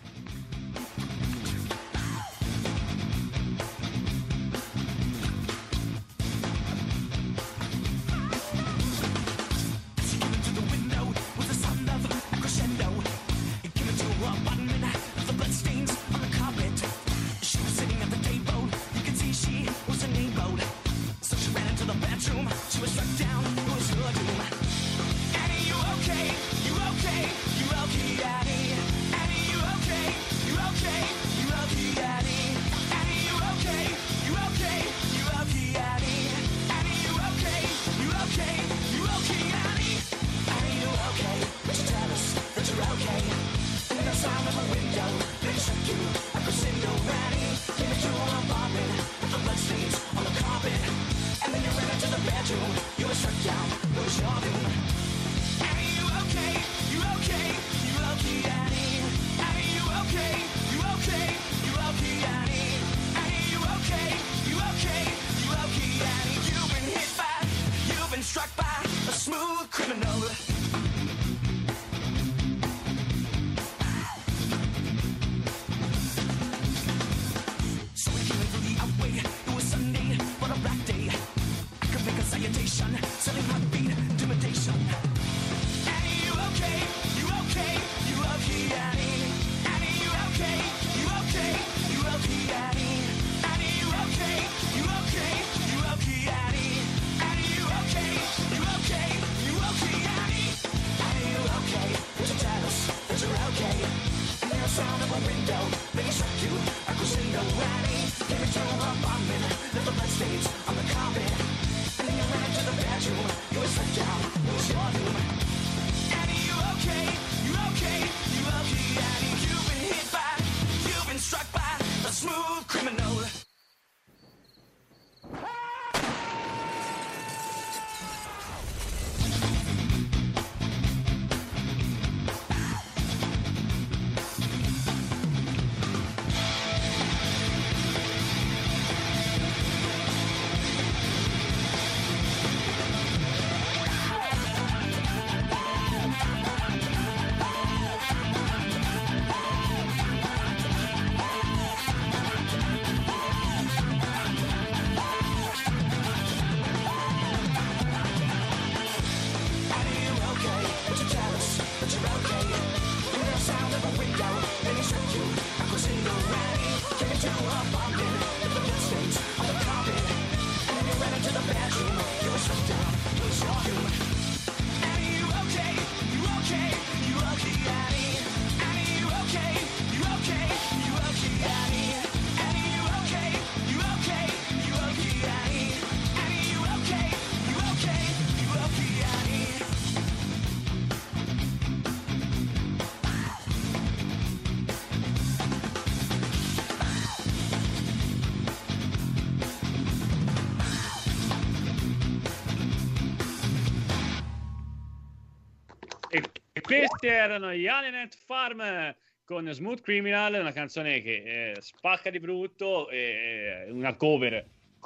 Questi erano gli Alien Ant Farm con Smooth Criminal, una canzone che spacca di brutto, una cover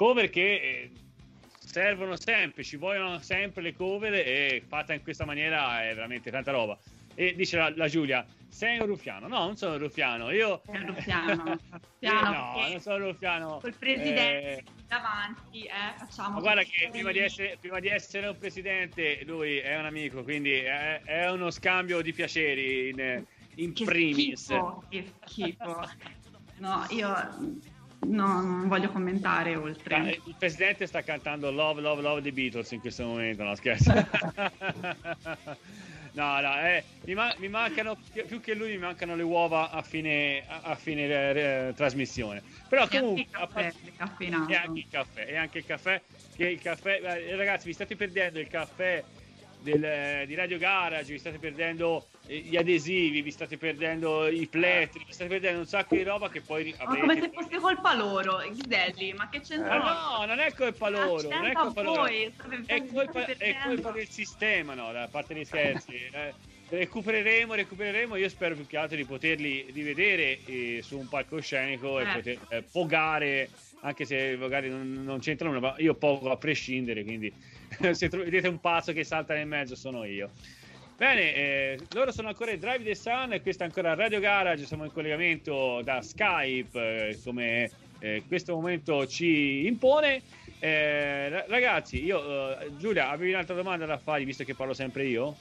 che servono sempre, ci vogliono sempre le cover, e fatta in questa maniera è veramente tanta roba. E dice la Giulia: sei un ruffiano? No, non sono un ruffiano, io è un ruffiano. No, non sono un ruffiano. Col presidente davanti, facciamo. Ma guarda che prima di essere un presidente lui è un amico, quindi è uno scambio di piaceri in primis. Che schifo. No, io non voglio commentare oltre. Il presidente sta cantando Love, Love, Love dei Beatles in questo momento, no scherzo. No, mi mancano più che lui, mi mancano le uova a fine trasmissione. Però comunque e anche il caffè, che il caffè, ragazzi, vi state perdendo il caffè di Radio Garage, vi state perdendo gli adesivi, vi state perdendo i plettri, vi state perdendo un sacco di roba che poi avrete. Come se fosse colpa loro, Ghiselli, ma che c'entra? No, non è colpa loro, non è colpa loro. È colpa del sistema, no, da parte dei scherzi. Recupereremo, io spero più che altro di poterli rivedere su un palcoscenico e poter pogare, anche se magari non c'entrano, ma io pogo a prescindere, quindi se vedete un pazzo che salta nel mezzo sono io. Bene, loro sono ancora i Drive the Sun e questa è ancora Radio Garage, siamo in collegamento da Skype come questo momento ci impone. Ragazzi, Giulia, avevi un'altra domanda da fargli visto che parlo sempre io?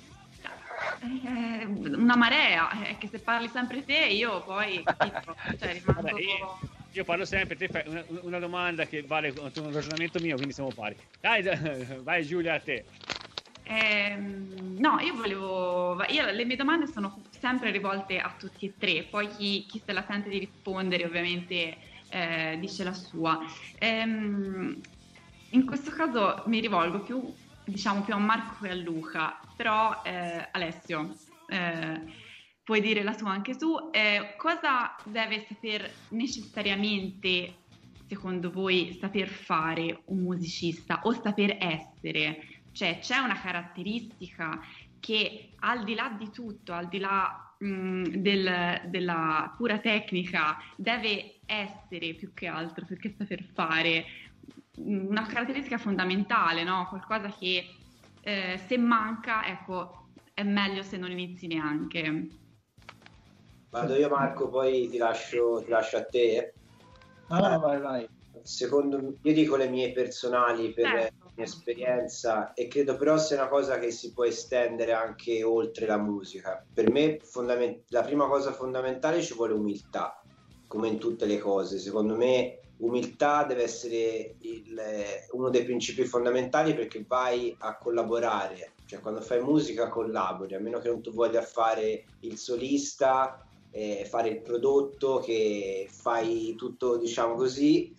Una marea, è che se parli sempre te io poi rimango... Vabbè, io parlo sempre, te fai una domanda che vale un ragionamento mio, quindi siamo pari. Dai, vai Giulia, a te. No, le mie domande sono sempre rivolte a tutti e tre, poi chi se la sente di rispondere ovviamente dice la sua. In questo caso mi rivolgo più a Marco e a Luca, però Alessio, puoi dire la tua anche tu. Cosa deve saper necessariamente, secondo voi, saper fare un musicista o saper essere? Cioè, c'è una caratteristica che al di là di tutto, al di là della pura tecnica, deve essere più che altro, perché saper fare una caratteristica fondamentale, no? Qualcosa che se manca, ecco, è meglio se non inizi neanche. Vado io, Marco, poi ti lascio a te. No, vai. Secondo io dico le mie personali per la mia esperienza, e credo però sia una cosa che si può estendere anche oltre la musica. Per me la prima cosa fondamentale, ci vuole umiltà, come in tutte le cose. Secondo me umiltà deve essere uno dei principi fondamentali, perché vai a collaborare, cioè quando fai musica collabori, a meno che non tu voglia fare il solista, fare il prodotto, che fai tutto, diciamo così.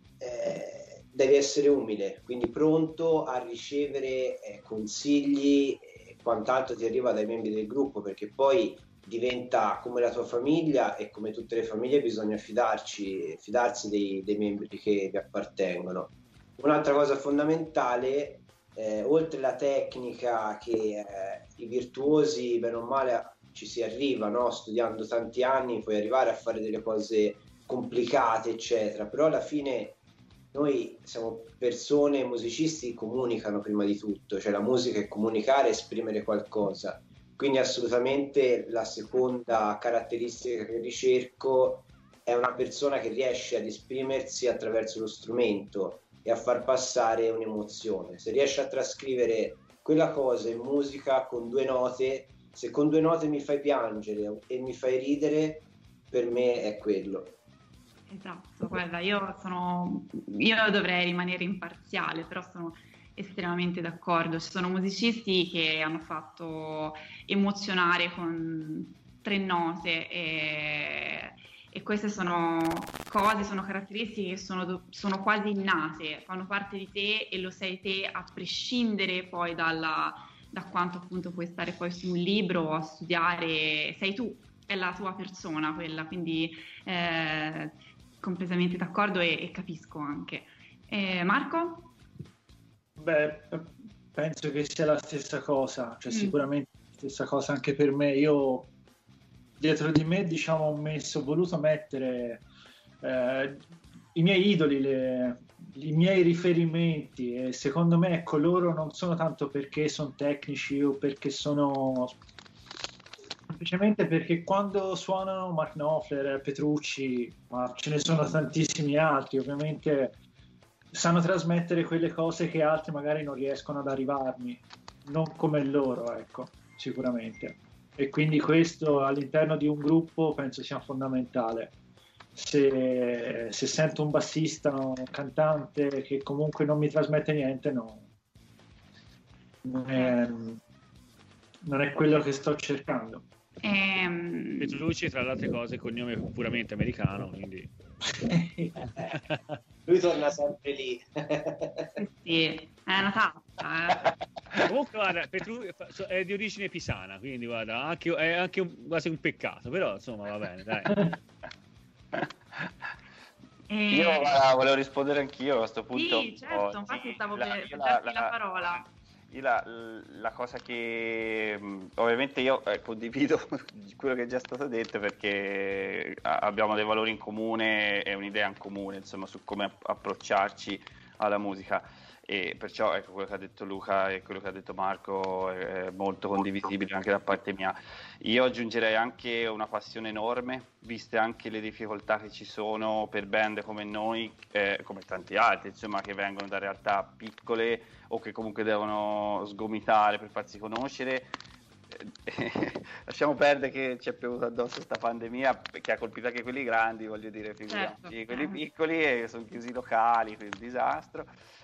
Devi essere umile, quindi pronto a ricevere consigli e quant'altro ti arriva dai membri del gruppo, perché poi diventa come la tua famiglia, e come tutte le famiglie bisogna fidarsi dei membri che vi appartengono. Un'altra cosa fondamentale, oltre la tecnica, che i virtuosi bene o male ci si arriva, no? Studiando tanti anni puoi arrivare a fare delle cose complicate eccetera, però alla fine noi siamo persone, musicisti comunicano prima di tutto, cioè la musica è comunicare, esprimere qualcosa, quindi assolutamente la seconda caratteristica che ricerco è una persona che riesce ad esprimersi attraverso lo strumento e a far passare un'emozione. Se riesce a trascrivere quella cosa in musica con 2 note, se con 2 note mi fai piangere e mi fai ridere, per me è quello. Esatto, guarda, io dovrei rimanere imparziale, però sono estremamente d'accordo. Ci sono musicisti che hanno fatto emozionare con 3 note e queste sono cose, sono caratteristiche che sono quasi innate, fanno parte di te e lo sei te, a prescindere poi da quanto appunto puoi stare poi su un libro a studiare, sei tu, è la tua persona quella, quindi completamente d'accordo e capisco anche. Marco? Beh, penso che sia la stessa cosa, cioè sicuramente la stessa cosa anche per me. Io dietro di me, diciamo, ho voluto mettere i miei idoli, i miei riferimenti, e secondo me, ecco, loro non sono tanto perché sono tecnici o perché sono... semplicemente perché quando suonano Mark Knopfler, Petrucci, ma ce ne sono tantissimi altri, ovviamente sanno trasmettere quelle cose che altri magari non riescono ad arrivarmi, non come loro, ecco, sicuramente. E quindi questo all'interno di un gruppo penso sia fondamentale. Se sento un bassista, un cantante che comunque non mi trasmette niente, Non è quello che sto cercando. Petrucci, tra le altre cose, cognome puramente americano, quindi... Lui torna sempre lì. Sì, è una tappa. Comunque, guarda, è di origine pisana, quindi guarda, è anche quasi un peccato, però insomma va bene, dai. Io volevo rispondere anch'io a questo punto. Sì, certo, infatti stavo per darti la parola. Io la cosa che ovviamente io condivido quello che è già stato detto, perché abbiamo dei valori in comune e un'idea in comune, insomma, su come approcciarci alla musica, e perciò ecco, quello che ha detto Luca e quello che ha detto Marco è molto condivisibile anche da parte mia. Io aggiungerei anche una passione enorme, viste anche le difficoltà che ci sono per band come noi, come tanti altri, insomma, che vengono da realtà piccole o che comunque devono sgomitare per farsi conoscere. Lasciamo perdere che ci è piovuto addosso questa pandemia, che ha colpito anche quelli grandi, voglio dire, figuriamoci, certo. Quelli piccoli sono chiusi i locali, quindi un disastro.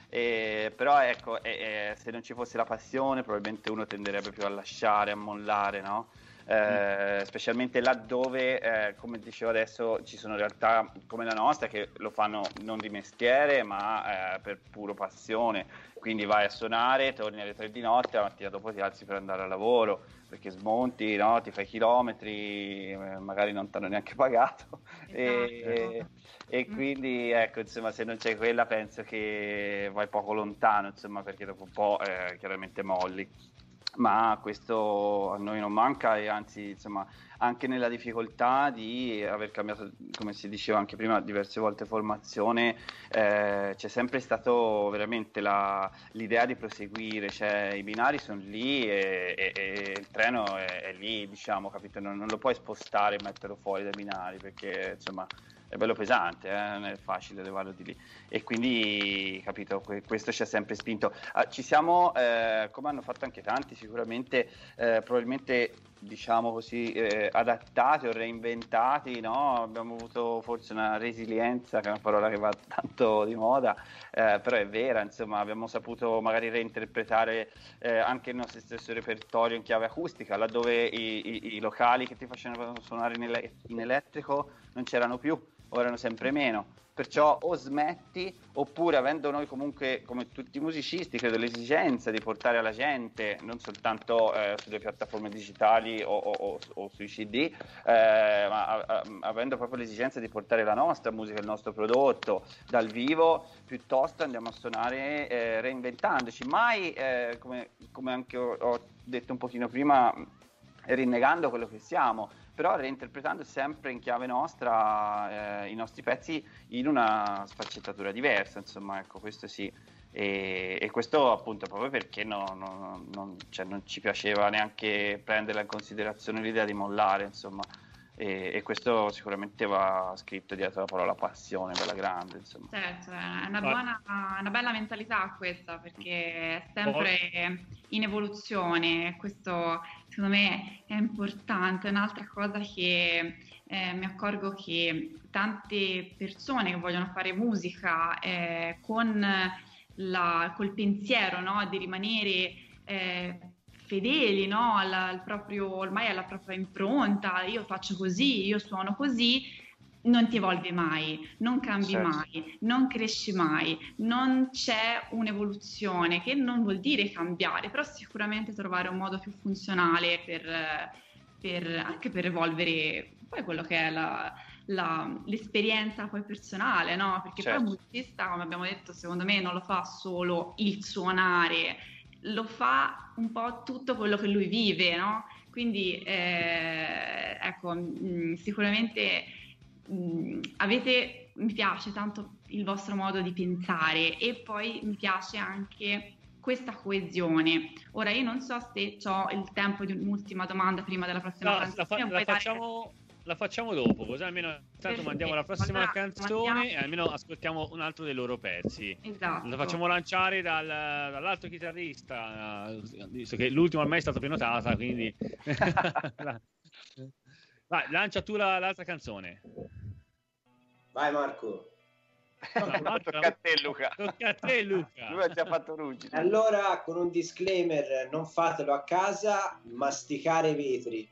Però ecco, se non ci fosse la passione probabilmente uno tenderebbe più a lasciare, a mollare, no? Specialmente laddove, come dicevo adesso, ci sono realtà come la nostra che lo fanno non di mestiere ma per puro passione, quindi vai a suonare, torni alle 3 di notte, la mattina dopo ti alzi per andare al lavoro, perché smonti, no? Ti fai chilometri, magari non ti hanno neanche pagato. Esatto. E quindi ecco, insomma, se non c'è quella penso che vai poco lontano, insomma, perché dopo un po' chiaramente molli. Ma questo a noi non manca, e anzi, insomma, anche nella difficoltà di aver cambiato, come si diceva anche prima, diverse volte formazione, c'è sempre stato veramente l'idea di proseguire, cioè i binari sono lì e il treno è lì, diciamo, capito? Non lo puoi spostare e metterlo fuori dai binari, perché insomma è bello pesante, non è facile levarlo di lì, e quindi, capito, questo ci ha sempre spinto. Ci siamo, come hanno fatto anche tanti sicuramente, probabilmente, diciamo così, adattati o reinventati, no? Abbiamo avuto forse una resilienza, che è una parola che va tanto di moda, però è vera, insomma, abbiamo saputo magari reinterpretare anche il nostro stesso repertorio in chiave acustica, laddove i locali che ti facevano suonare in elettrico non c'erano più, ora erano sempre meno. Perciò o smetti, oppure, avendo noi comunque, come tutti i musicisti, credo, l'esigenza di portare alla gente, non soltanto sulle piattaforme digitali o sui CD, ma avendo proprio l'esigenza di portare la nostra musica, il nostro prodotto dal vivo, piuttosto andiamo a suonare reinventandoci, mai, come anche ho detto un pochino prima, rinnegando quello che siamo, però reinterpretando sempre in chiave nostra i nostri pezzi in una sfaccettatura diversa, insomma, ecco, questo sì. E questo appunto proprio perché non ci piaceva neanche prenderla in considerazione l'idea di mollare, insomma, e questo sicuramente va scritto dietro la parola passione, bella grande, insomma. Certo, è una bella mentalità questa, perché è sempre in evoluzione. Questo secondo me è importante. Un'altra cosa che mi accorgo che tante persone che vogliono fare musica col pensiero, no, di rimanere fedeli, no, ormai alla propria impronta, io faccio così, io suono così, non ti evolvi mai, non cambi Certo. mai, non cresci mai, non c'è un'evoluzione, che non vuol dire cambiare, però sicuramente trovare un modo più funzionale anche per evolvere poi quello che è l'esperienza poi personale, no? Perché Certo. poi un musicista, come abbiamo detto, secondo me non lo fa solo il suonare, lo fa un po' tutto quello che lui vive, no? Quindi ecco, sicuramente mi piace tanto il vostro modo di pensare, e poi mi piace anche questa coesione. Ora io non so se ho il tempo di un'ultima domanda prima della prossima canzone. La facciamo dopo, così almeno intanto mandiamo la prossima canzone e almeno ascoltiamo un altro dei loro pezzi. Esatto. La facciamo lanciare dall'altro chitarrista, visto che l'ultimo ormai è stato prenotata, quindi vai, lancia tu l'altra canzone. Vai Marco. Tocca a te, Luca. Tocca a te, Luca. Lui ha già fatto ruggine. Allora, con un disclaimer, non fatelo a casa, masticare i vetri.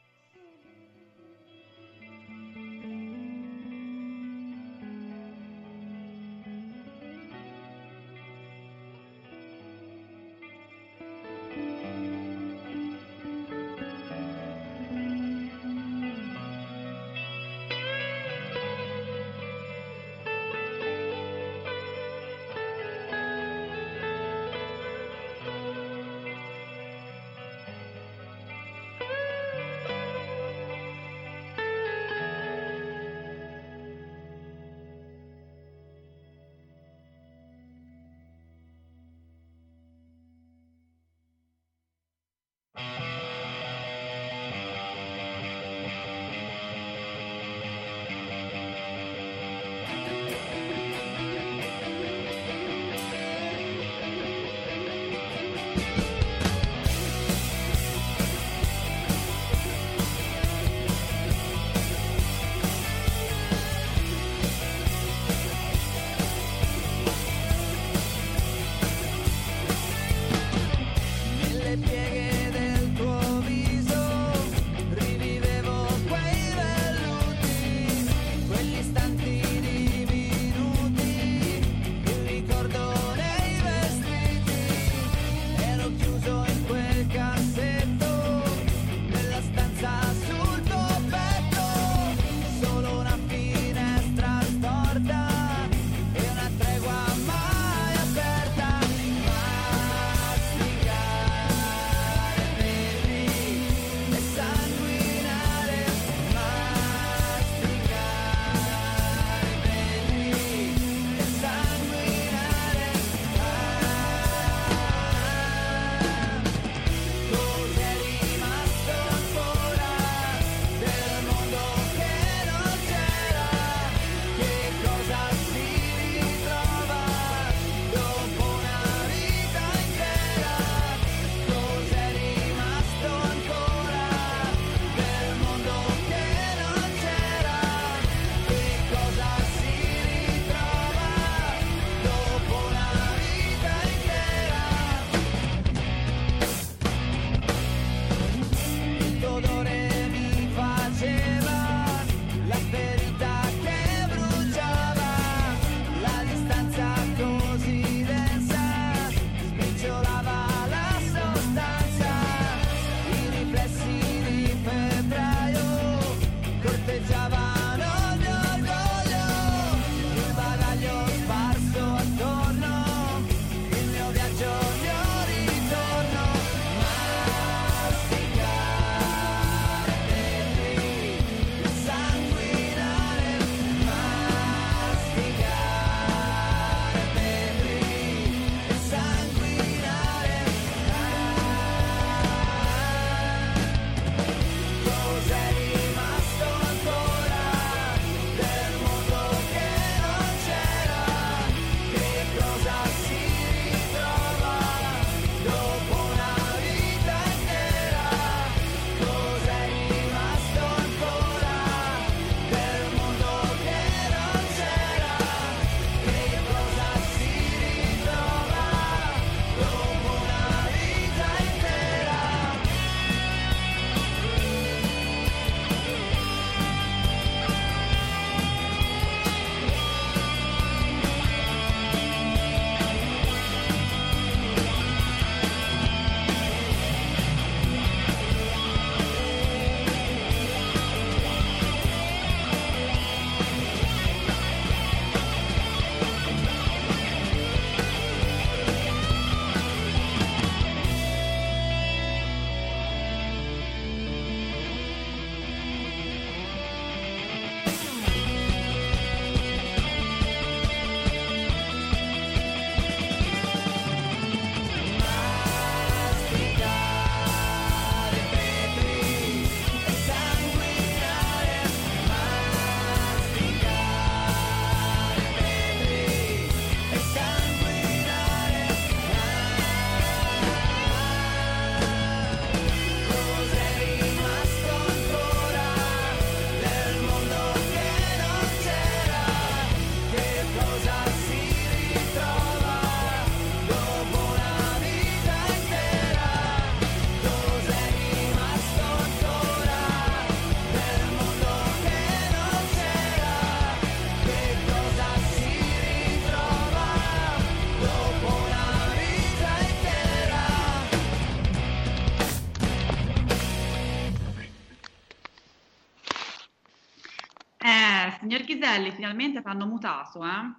Signor Ghiselli, finalmente ti hanno mutato,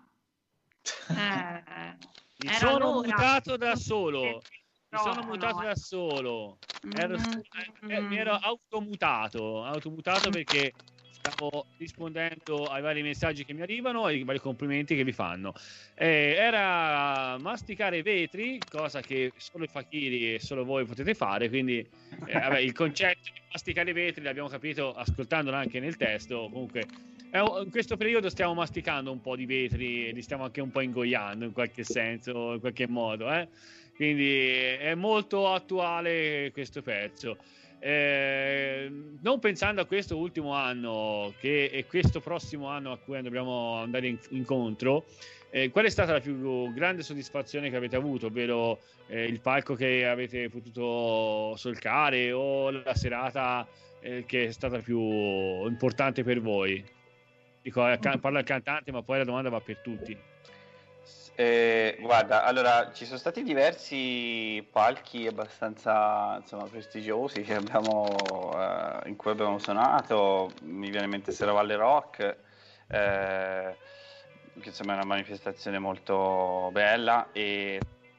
Mi sono mutato da solo. Mi sono mutato da solo. Mi ero automutato perché stavo rispondendo ai vari messaggi che mi arrivano e ai vari complimenti che mi fanno. Era masticare vetri, cosa che solo i fakiri e solo voi potete fare, quindi il concetto di masticare vetri l'abbiamo capito ascoltandolo anche nel testo. Comunque in questo periodo stiamo masticando un po' di vetri e li stiamo anche un po' ingoiando in qualche senso, in qualche modo, quindi è molto attuale questo pezzo. Non pensando a questo ultimo anno e questo prossimo anno a cui dobbiamo andare incontro, qual è stata la più grande soddisfazione che avete avuto, ovvero il palco che avete potuto solcare o la serata che è stata più importante per voi? Dico, parla il cantante, ma poi la domanda va per tutti. Guarda, allora ci sono stati diversi palchi abbastanza, insomma, prestigiosi che in cui abbiamo suonato. Mi viene in mente Serravalle Rock, che insomma è una manifestazione molto bella, e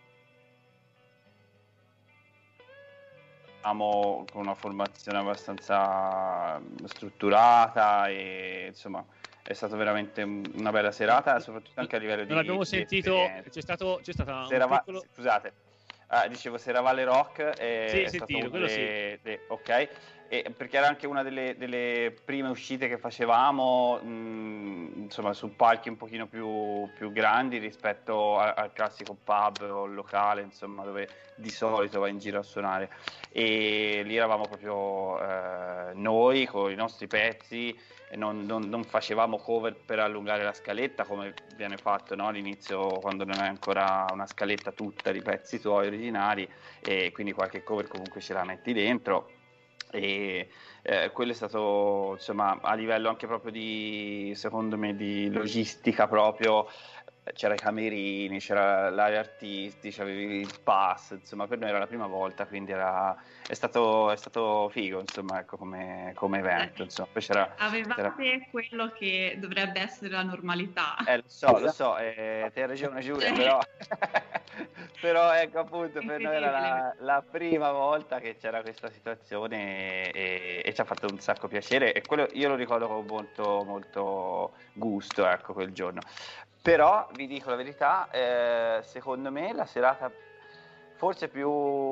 con una formazione abbastanza strutturata e insomma è stata veramente una bella serata, soprattutto anche a livello di... Non abbiamo sentito, c'è stata Scusate, dicevo Serravalle Rock è sentito, stato quello sì. ok, perché era anche una delle prime uscite che facevamo, insomma, su palchi un pochino più grandi rispetto al classico pub o locale, insomma, dove di solito vai in giro a suonare, e lì eravamo proprio noi con i nostri pezzi, e non facevamo cover per allungare la scaletta come viene fatto, no? All'inizio, quando non è ancora una scaletta tutta di pezzi tuoi originari, e quindi qualche cover comunque ce la metti dentro. E quello è stato, insomma, a livello anche proprio di, secondo me, di logistica proprio. C'era i camerini, c'era l'area artisti, c'avevi il pass, insomma, per noi era la prima volta, quindi è stato figo, insomma, ecco, come evento, insomma. Poi avevate quello che dovrebbe essere la normalità. Lo so, te hai ragione, Giulia, però ecco, appunto, per noi era la prima volta che c'era questa situazione, e ci ha fatto un sacco piacere, e quello io lo ricordo con molto, molto gusto, ecco, quel giorno. Però vi dico la verità, secondo me la serata forse più,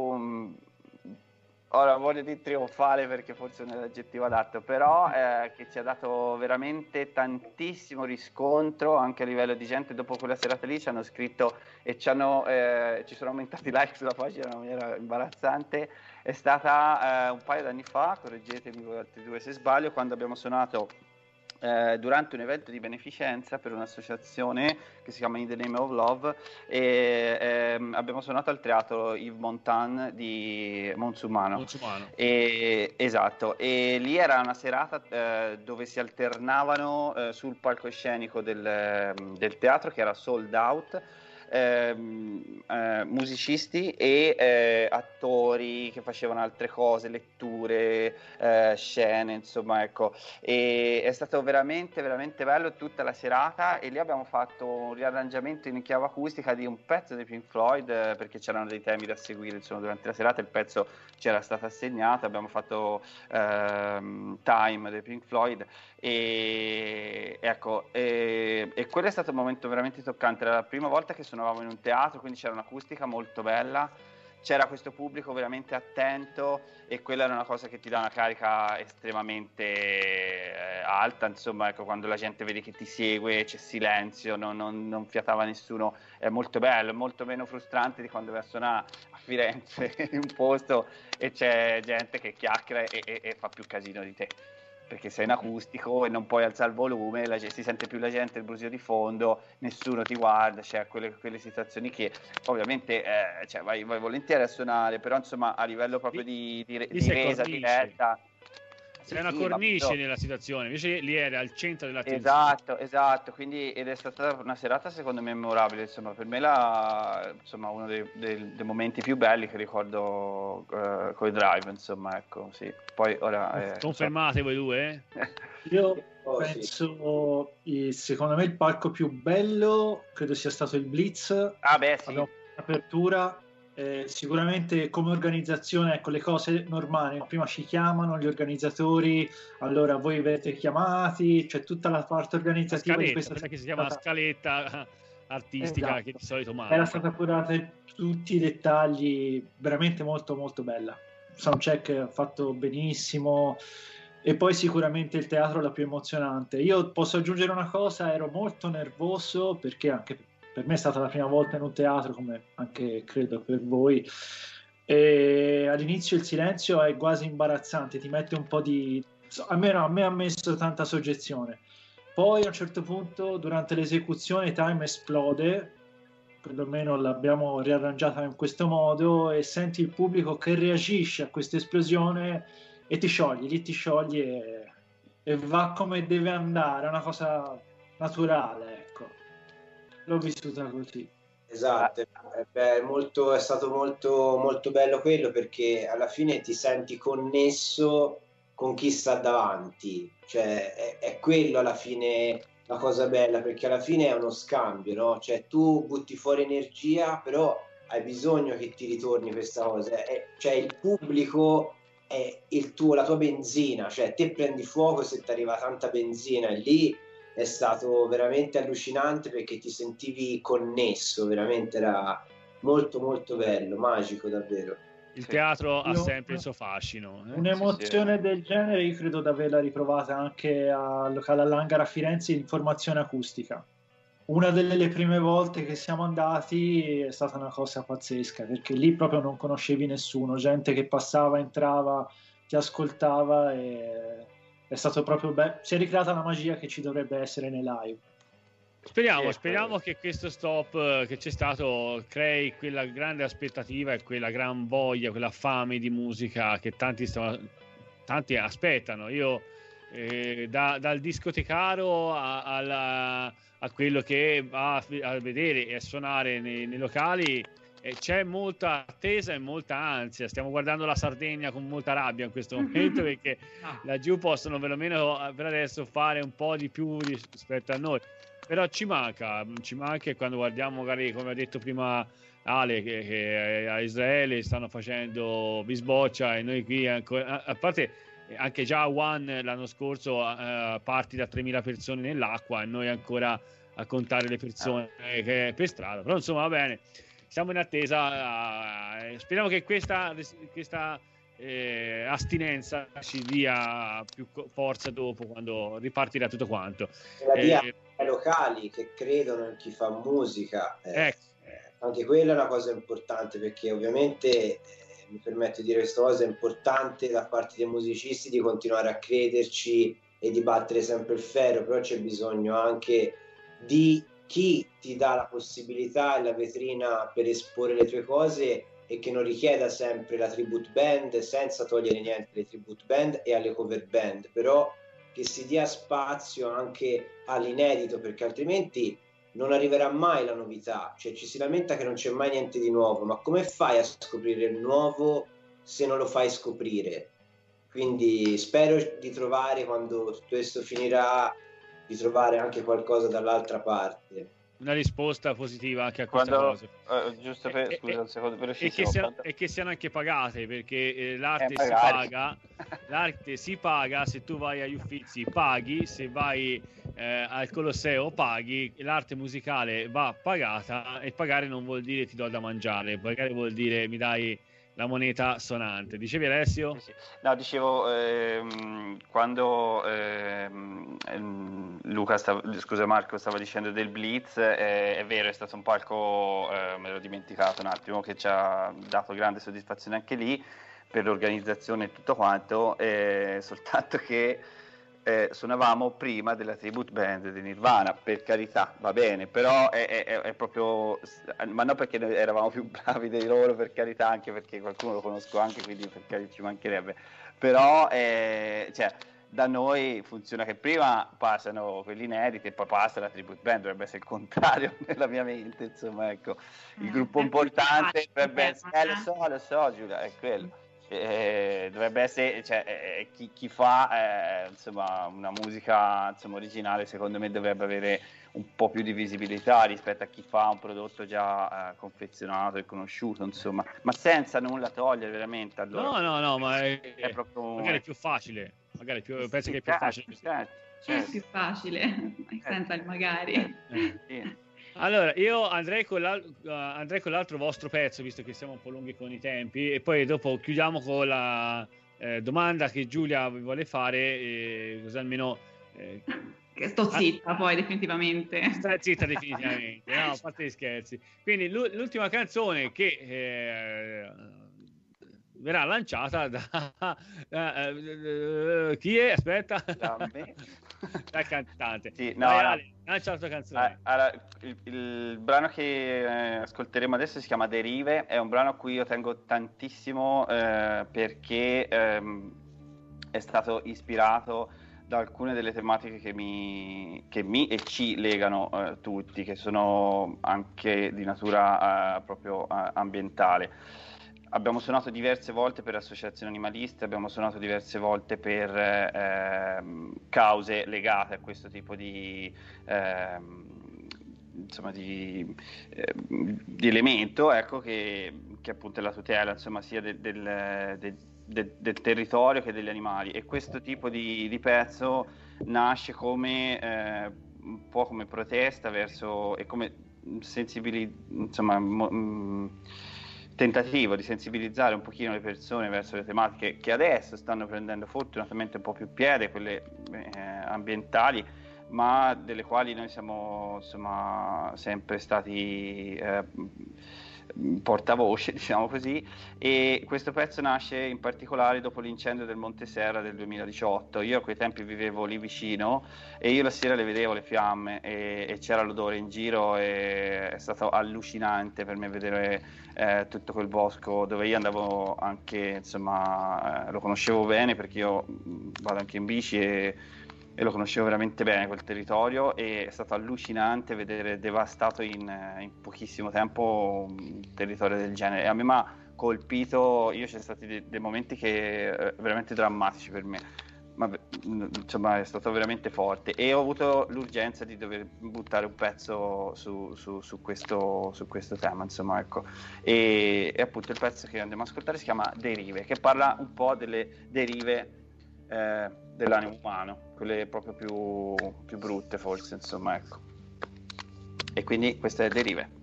ora voglio dire trionfale perché forse non è l'aggettivo adatto, però che ci ha dato veramente tantissimo riscontro anche a livello di gente. Dopo quella serata lì ci hanno scritto e ci sono aumentati i like sulla pagina in una maniera imbarazzante. È stata un paio d'anni fa, correggetemi voi altri due se sbaglio, quando abbiamo suonato durante un evento di beneficenza per un'associazione che si chiama In the Name of Love, e abbiamo suonato al teatro Yves Montand di Montsumano. Esatto, e lì era una serata dove si alternavano sul palcoscenico del teatro, che era sold out, musicisti e attori che facevano altre cose, letture, scene, insomma, ecco, e è stato veramente veramente bello tutta la serata. E lì abbiamo fatto un riarrangiamento in chiave acustica di un pezzo di Pink Floyd, perché c'erano dei temi da seguire, insomma, durante la serata il pezzo ci era stato assegnato, abbiamo fatto Time dei Pink Floyd, e ecco, e quello è stato un momento veramente toccante. Era la prima volta che suonavamo in un teatro, quindi c'era un'acustica molto bella, c'era questo pubblico veramente attento, e quella era una cosa che ti dà una carica estremamente alta, insomma, ecco, quando la gente vede che ti segue, c'è silenzio, non fiatava nessuno, è molto bello, è molto meno frustrante di quando vai a suonare a Firenze in un posto e c'è gente che chiacchiera e fa più casino di te, perché sei in acustico e non puoi alzare il volume, si sente più la gente, il brusio di fondo, nessuno ti guarda, c'è quelle situazioni che ovviamente vai volentieri a suonare, però insomma a livello proprio di resa diretta C'è una cornice nella situazione, invece lì era al centro dell'attenzione. Esatto, quindi ed è stata una serata secondo me memorabile, insomma, per me insomma, uno dei momenti più belli che ricordo con i Drive, insomma, ecco, sì. Poi ora confermate voi due? Io penso, secondo me il palco più bello credo sia stato il Blitz. Sì. Apertura. Sicuramente come organizzazione, ecco, le cose normali, prima ci chiamano gli organizzatori, allora voi avete chiamati, c'è tutta la parte organizzativa scaletta, di questa che si chiama scaletta artistica, esatto, che di solito manca. Era stata curata tutti i dettagli, veramente molto molto bella, soundcheck fatto benissimo, e poi sicuramente il teatro la più emozionante. Io posso aggiungere una cosa, ero molto nervoso perché anche per me è stata la prima volta in un teatro, come anche credo per voi, e all'inizio il silenzio è quasi imbarazzante, ti mette un po' di... a me ha messo tanta soggezione. Poi a un certo punto durante l'esecuzione Time esplode, perlomeno l'abbiamo riarrangiata in questo modo, e senti il pubblico che reagisce a questa esplosione e ti sciogli e va come deve andare, è una cosa naturale, ecco. L'ho vissuta così. Esatto, è stato molto, molto bello quello, perché alla fine ti senti connesso con chi sta davanti, cioè è quello alla fine la cosa bella, perché alla fine è uno scambio, no? Cioè tu butti fuori energia, però hai bisogno che ti ritorni questa cosa, cioè il pubblico è la tua benzina, cioè te prendi fuoco se ti arriva tanta benzina, e lì è stato veramente allucinante perché ti sentivi connesso, veramente era molto molto bello, magico davvero. Il teatro ha sempre il suo fascino. Un'emozione del genere io credo di averla riprovata anche al locale all'Angara a Firenze in formazione acustica. Una delle prime volte che siamo andati è stata una cosa pazzesca, perché lì proprio non conoscevi nessuno, gente che passava, entrava, ti ascoltava, e è stato proprio bello. Si è ricreata la magia che ci dovrebbe essere nei live. Speriamo che questo stop che c'è stato crei quella grande aspettativa e quella gran voglia, quella fame di musica che tanti aspettano. Io dal discotecario a quello che va a vedere e a suonare nei locali, c'è molta attesa e molta ansia. Stiamo guardando la Sardegna con molta rabbia in questo momento perché laggiù possono perlomeno per adesso fare un po' di più rispetto a noi. Però ci manca quando guardiamo magari, come ha detto prima Ale, che a Israele stanno facendo bisboccia e noi qui ancora, a parte anche già a One l'anno scorso parti da 3.000 persone nell'acqua e noi ancora a contare le persone che per strada, però insomma va bene, siamo in attesa, speriamo che questa astinenza ci dia più forza dopo quando ripartirà tutto quanto. La dia ai locali che credono in chi fa musica, anche quella è una cosa importante, perché ovviamente mi permetto di dire questa cosa, è importante da parte dei musicisti di continuare a crederci e di battere sempre il ferro, però c'è bisogno anche di chi ti dà la possibilità e la vetrina per esporre le tue cose, e che non richieda sempre la tribute band, senza togliere niente alle tribute band e alle cover band, però che si dia spazio anche all'inedito, perché altrimenti non arriverà mai la novità. Cioè ci si lamenta che non c'è mai niente di nuovo, ma come fai a scoprire il nuovo se non lo fai scoprire? Quindi spero di trovare, quando questo finirà, di trovare anche qualcosa dall'altra parte. Una risposta positiva anche a questa cosa. Giusto per, scusa un secondo, e che siano anche pagate, perché l'arte si paga. L'arte si paga, se tu vai agli Uffizi paghi, se vai al Colosseo paghi, l'arte musicale va pagata, e pagare non vuol dire ti do da mangiare, pagare vuol dire mi dai la moneta sonante. Dicevi, Alessio? Sì. No, dicevo, quando Marco stava dicendo del Blitz, è vero, è stato un palco, me l'ho dimenticato un attimo, che ci ha dato grande soddisfazione anche lì per l'organizzazione e tutto quanto, soltanto che suonavamo prima della tribute band di Nirvana, per carità, va bene, però è proprio, ma non perché noi eravamo più bravi di loro, per carità, anche perché qualcuno lo conosco anche, quindi per carità ci mancherebbe, però cioè, da noi funziona che prima passano quelli inediti e poi passa la tribute band, dovrebbe essere il contrario nella mia mente, insomma, ecco, il gruppo importante dovrebbe essere, lo so Giulia, è quello. Dovrebbe essere, cioè, chi fa insomma una musica, insomma, originale, secondo me dovrebbe avere un po' più di visibilità rispetto a chi fa un prodotto già confezionato e conosciuto, insomma, ma senza nulla togliere veramente. Allora, no, ma è proprio, magari è più facile, penso che è più facile. Certo. È più facile, senza il magari. Sì. Allora, io andrei con l'altro vostro pezzo, visto che siamo un po' lunghi con i tempi, e poi dopo chiudiamo con la domanda che Giulia vi vuole fare, così almeno... Che sto zitta poi, definitivamente. Sta zitta definitivamente, no, a parte gli scherzi. Quindi l'ultima canzone che verrà lanciata da chi è? Aspetta. Da me. Dal cantante. Sì, Ale, lancia la tua canzone. Allora, il brano che ascolteremo adesso si chiama Derive, è un brano a cui io tengo tantissimo perché è stato ispirato da alcune delle tematiche che mi e ci legano tutti, che sono anche di natura proprio ambientale. Abbiamo suonato diverse volte per associazioni animaliste, abbiamo suonato diverse volte per cause legate a questo tipo di insomma di elemento, ecco, che appunto è la tutela, insomma, sia del territorio che degli animali, e questo tipo di pezzo nasce come un po' come protesta verso e come tentativo di sensibilizzare un pochino le persone verso le tematiche che adesso stanno prendendo fortunatamente un po' più piede, quelle ambientali, ma delle quali noi siamo, insomma, sempre stati portavoce, diciamo così, e questo pezzo nasce in particolare dopo l'incendio del Monte Serra del 2018. Io a quei tempi vivevo lì vicino e io la sera le vedevo le fiamme e c'era l'odore in giro, e è stato allucinante per me vedere tutto quel bosco dove io andavo anche, insomma, lo conoscevo bene perché io vado anche in bici e lo conoscevo veramente bene quel territorio, e è stato allucinante vedere devastato in pochissimo tempo un territorio del genere, e a me mi ha colpito. Io c'è stati dei momenti che veramente drammatici per me, ma insomma è stato veramente forte, e ho avuto l'urgenza di dover buttare un pezzo su questo tema, insomma, ecco, e appunto il pezzo che andiamo a ascoltare si chiama Derive, che parla un po' delle derive dell'animo umano, quelle proprio più brutte forse, insomma, ecco, e quindi questa è Derive.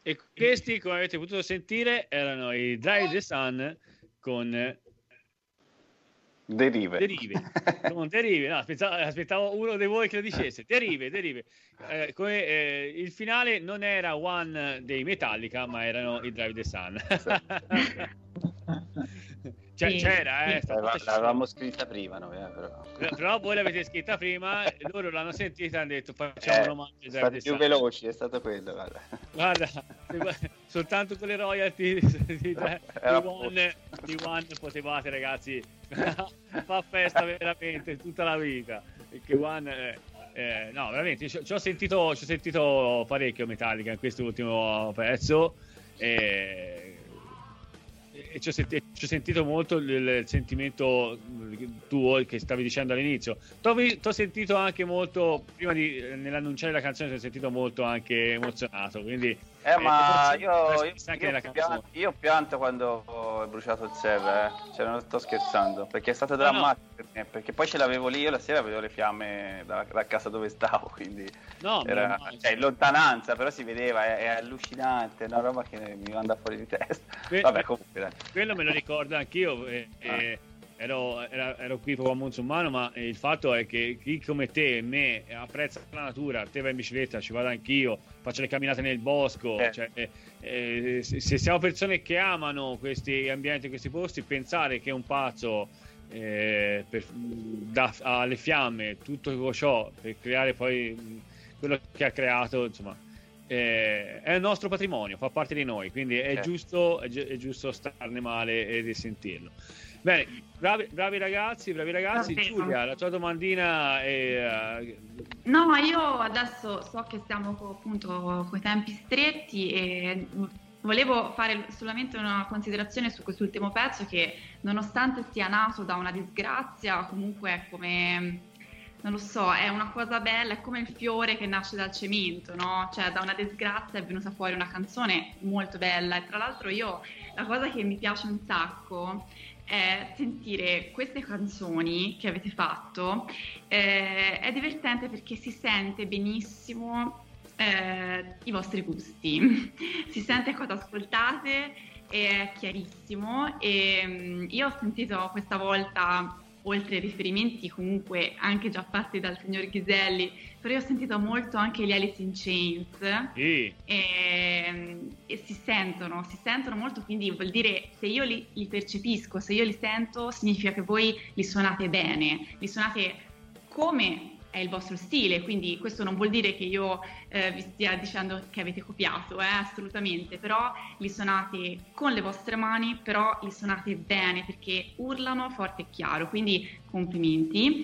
E questi, come avete potuto sentire, erano i Drive the Sun con Derive. Con Derive. No, aspettavo uno di voi che lo dicesse. Derive. Il finale non era One dei Metallica, ma erano i Drive the Sun. C'era, l'avevamo scritta prima, no? Però voi l'avete scritta prima, loro l'hanno sentita e hanno detto facciamo un omaggio ai Drive the Sun. Più veloci, è stato quello, guarda soltanto con le royalty di One potevate, ragazzi, fa festa veramente tutta la vita, perché One no, veramente ci ho sentito parecchio Metallica in questo ultimo pezzo e ci ho sentito molto il sentimento tuo che stavi dicendo all'inizio. T'ho sentito anche molto prima nell'annunciare la canzone, ti ho sentito molto anche emozionato, quindi ma io pianto quando è bruciato il server, cioè non sto scherzando, perché è stato drammatico per me, perché poi ce l'avevo lì, io la sera vedevo le fiamme da casa dove stavo, quindi era in lontananza, però si vedeva, è allucinante, è una roba che mi manda fuori di testa. Vabbè, comunque dai. Quello me lo ricordo anch'io, ero qui proprio a Monzumano, ma il fatto è che chi come te e me apprezza la natura, te vai in bicicletta, ci vado anch'io, faccio le camminate nel bosco, cioè, se siamo persone che amano questi ambienti, questi posti, pensare che un pazzo dà alle fiamme tutto ciò per creare poi quello che ha creato, insomma, è il nostro patrimonio, fa parte di noi, quindi è giusto starne male e risentirlo. Bene, bravi ragazzi. Giulia, la tua domandina è... No, io adesso so che stiamo appunto con i tempi stretti e volevo fare solamente una considerazione su quest'ultimo pezzo, che nonostante sia nato da una disgrazia, comunque è come... non lo so, è una cosa bella, è come il fiore che nasce dal cemento, no? Cioè da una disgrazia è venuta fuori una canzone molto bella, e tra l'altro la cosa che mi piace un sacco è sentire queste canzoni che avete fatto, è divertente perché si sente benissimo i vostri gusti, si sente cosa ascoltate, è chiarissimo, e io ho sentito questa volta, oltre ai riferimenti comunque anche già fatti dal signor Ghiselli, però io ho sentito molto anche gli Alice in Chains, e si sentono molto, quindi vuol dire, se io li percepisco, se io li sento, significa che voi li suonate bene, li suonate come è il vostro stile, quindi questo non vuol dire che io vi stia dicendo che avete copiato, assolutamente, però li suonate con le vostre mani, però li suonate bene perché urlano forte e chiaro, quindi complimenti.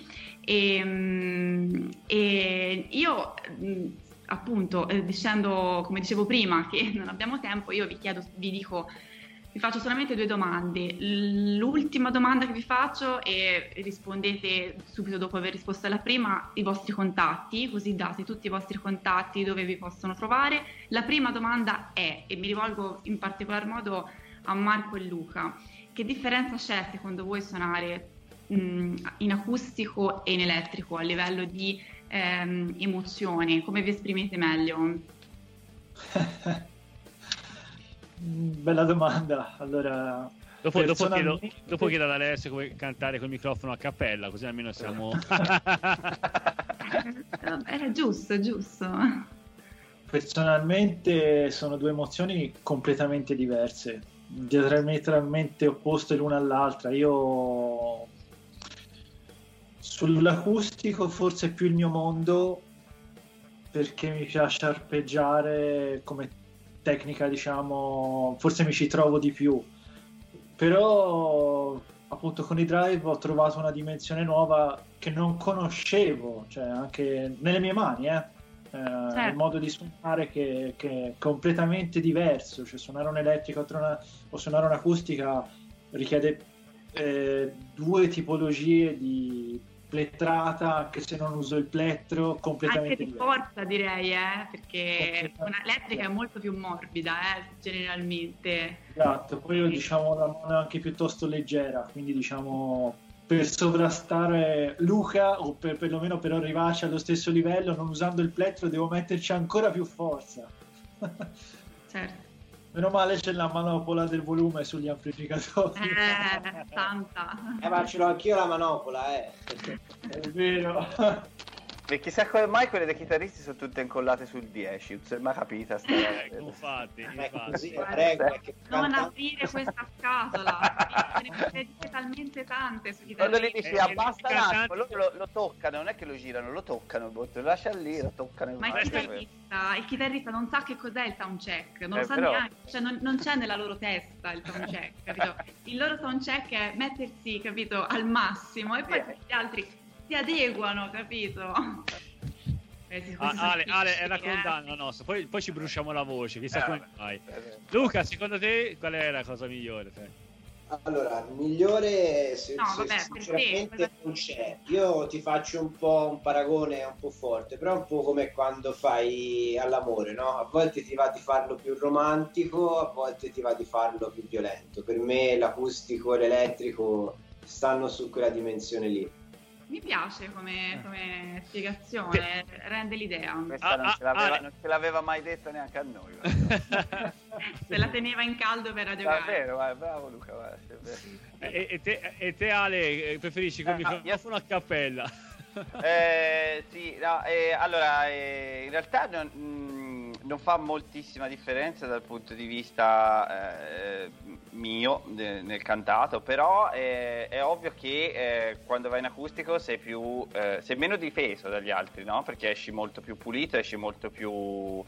E io appunto dicendo, come dicevo prima, che non abbiamo tempo, io vi faccio solamente 2 domande. L'ultima domanda che vi faccio, e rispondete subito dopo aver risposto alla prima, i vostri contatti, così date tutti i vostri contatti dove vi possono trovare. La prima domanda è, e mi rivolgo in particolar modo a Marco e Luca, che differenza c'è secondo voi suonare in acustico e in elettrico a livello di emozione? Come vi esprimete meglio? Bella domanda. Allora, dopo chiedo ad Alessio come cantare col microfono a cappella, così almeno siamo... Era giusto. Personalmente sono 2 emozioni completamente diverse, diametralmente opposte l'una all'altra. Io sull'acustico forse è più il mio mondo, perché mi piace arpeggiare come tecnica, diciamo, forse mi ci trovo di più, però appunto con i Drive ho trovato una dimensione nuova che non conoscevo, cioè anche nelle mie mani, certo. Il modo di suonare che è completamente diverso, cioè suonare un'elettrica o suonare un'acustica richiede 2 tipologie di plettrata, anche se non uso il plettro, completamente anche di forza, direi, perché una elettrica è molto più morbida, generalmente. Esatto, poi io diciamo la mano è anche piuttosto leggera, quindi diciamo per sovrastare Luca, o perlomeno per arrivarci allo stesso livello, non usando il plettro devo metterci ancora più forza. certo. Meno male c'è la manopola del volume sugli amplificatori. Tanta. Ma ce l'ho anch'io la manopola, È vero. E chissà come mai quelle dei chitarristi sono tutte incollate sul 10, non si è mai capita sta roba. Infatti. Così è la regola che Non aprire questa scatola, ne vedete talmente tante su Quando chitarristi. gli dici abbassa un attimo, loro lo toccano, non è che lo girano, lo toccano, lo lascia lì, lo toccano. Ma il chitarrista non sa che cos'è il sound check, non lo sa però... neanche, cioè non c'è nella loro testa il sound check, capito? Il loro sound check è mettersi, capito, al massimo e poi gli altri si adeguano, capito? Ale è la condanna nostra, poi ci bruciamo la voce, chissà come mai. Luca, secondo te qual è la cosa migliore? Allora, migliore sinceramente non c'è. Io ti faccio un po' un paragone un po' forte, però un po' come quando fai all'amore, no? A volte ti va di farlo più romantico, a volte ti va di farlo più violento. Per me l'acustico e l'elettrico stanno su quella dimensione lì. Mi piace come spiegazione, rende l'idea. Questa non ce l'aveva mai detto neanche a noi. Se la teneva in caldo per giocare. Bravo Luca. E te Ale, preferisci con il microfono a cappella? Sì, no, allora in realtà non fa moltissima differenza dal punto di vista mio nel cantato, però è ovvio che quando vai in acustico sei meno difeso dagli altri, no? Perché esci molto più pulito, esci molto più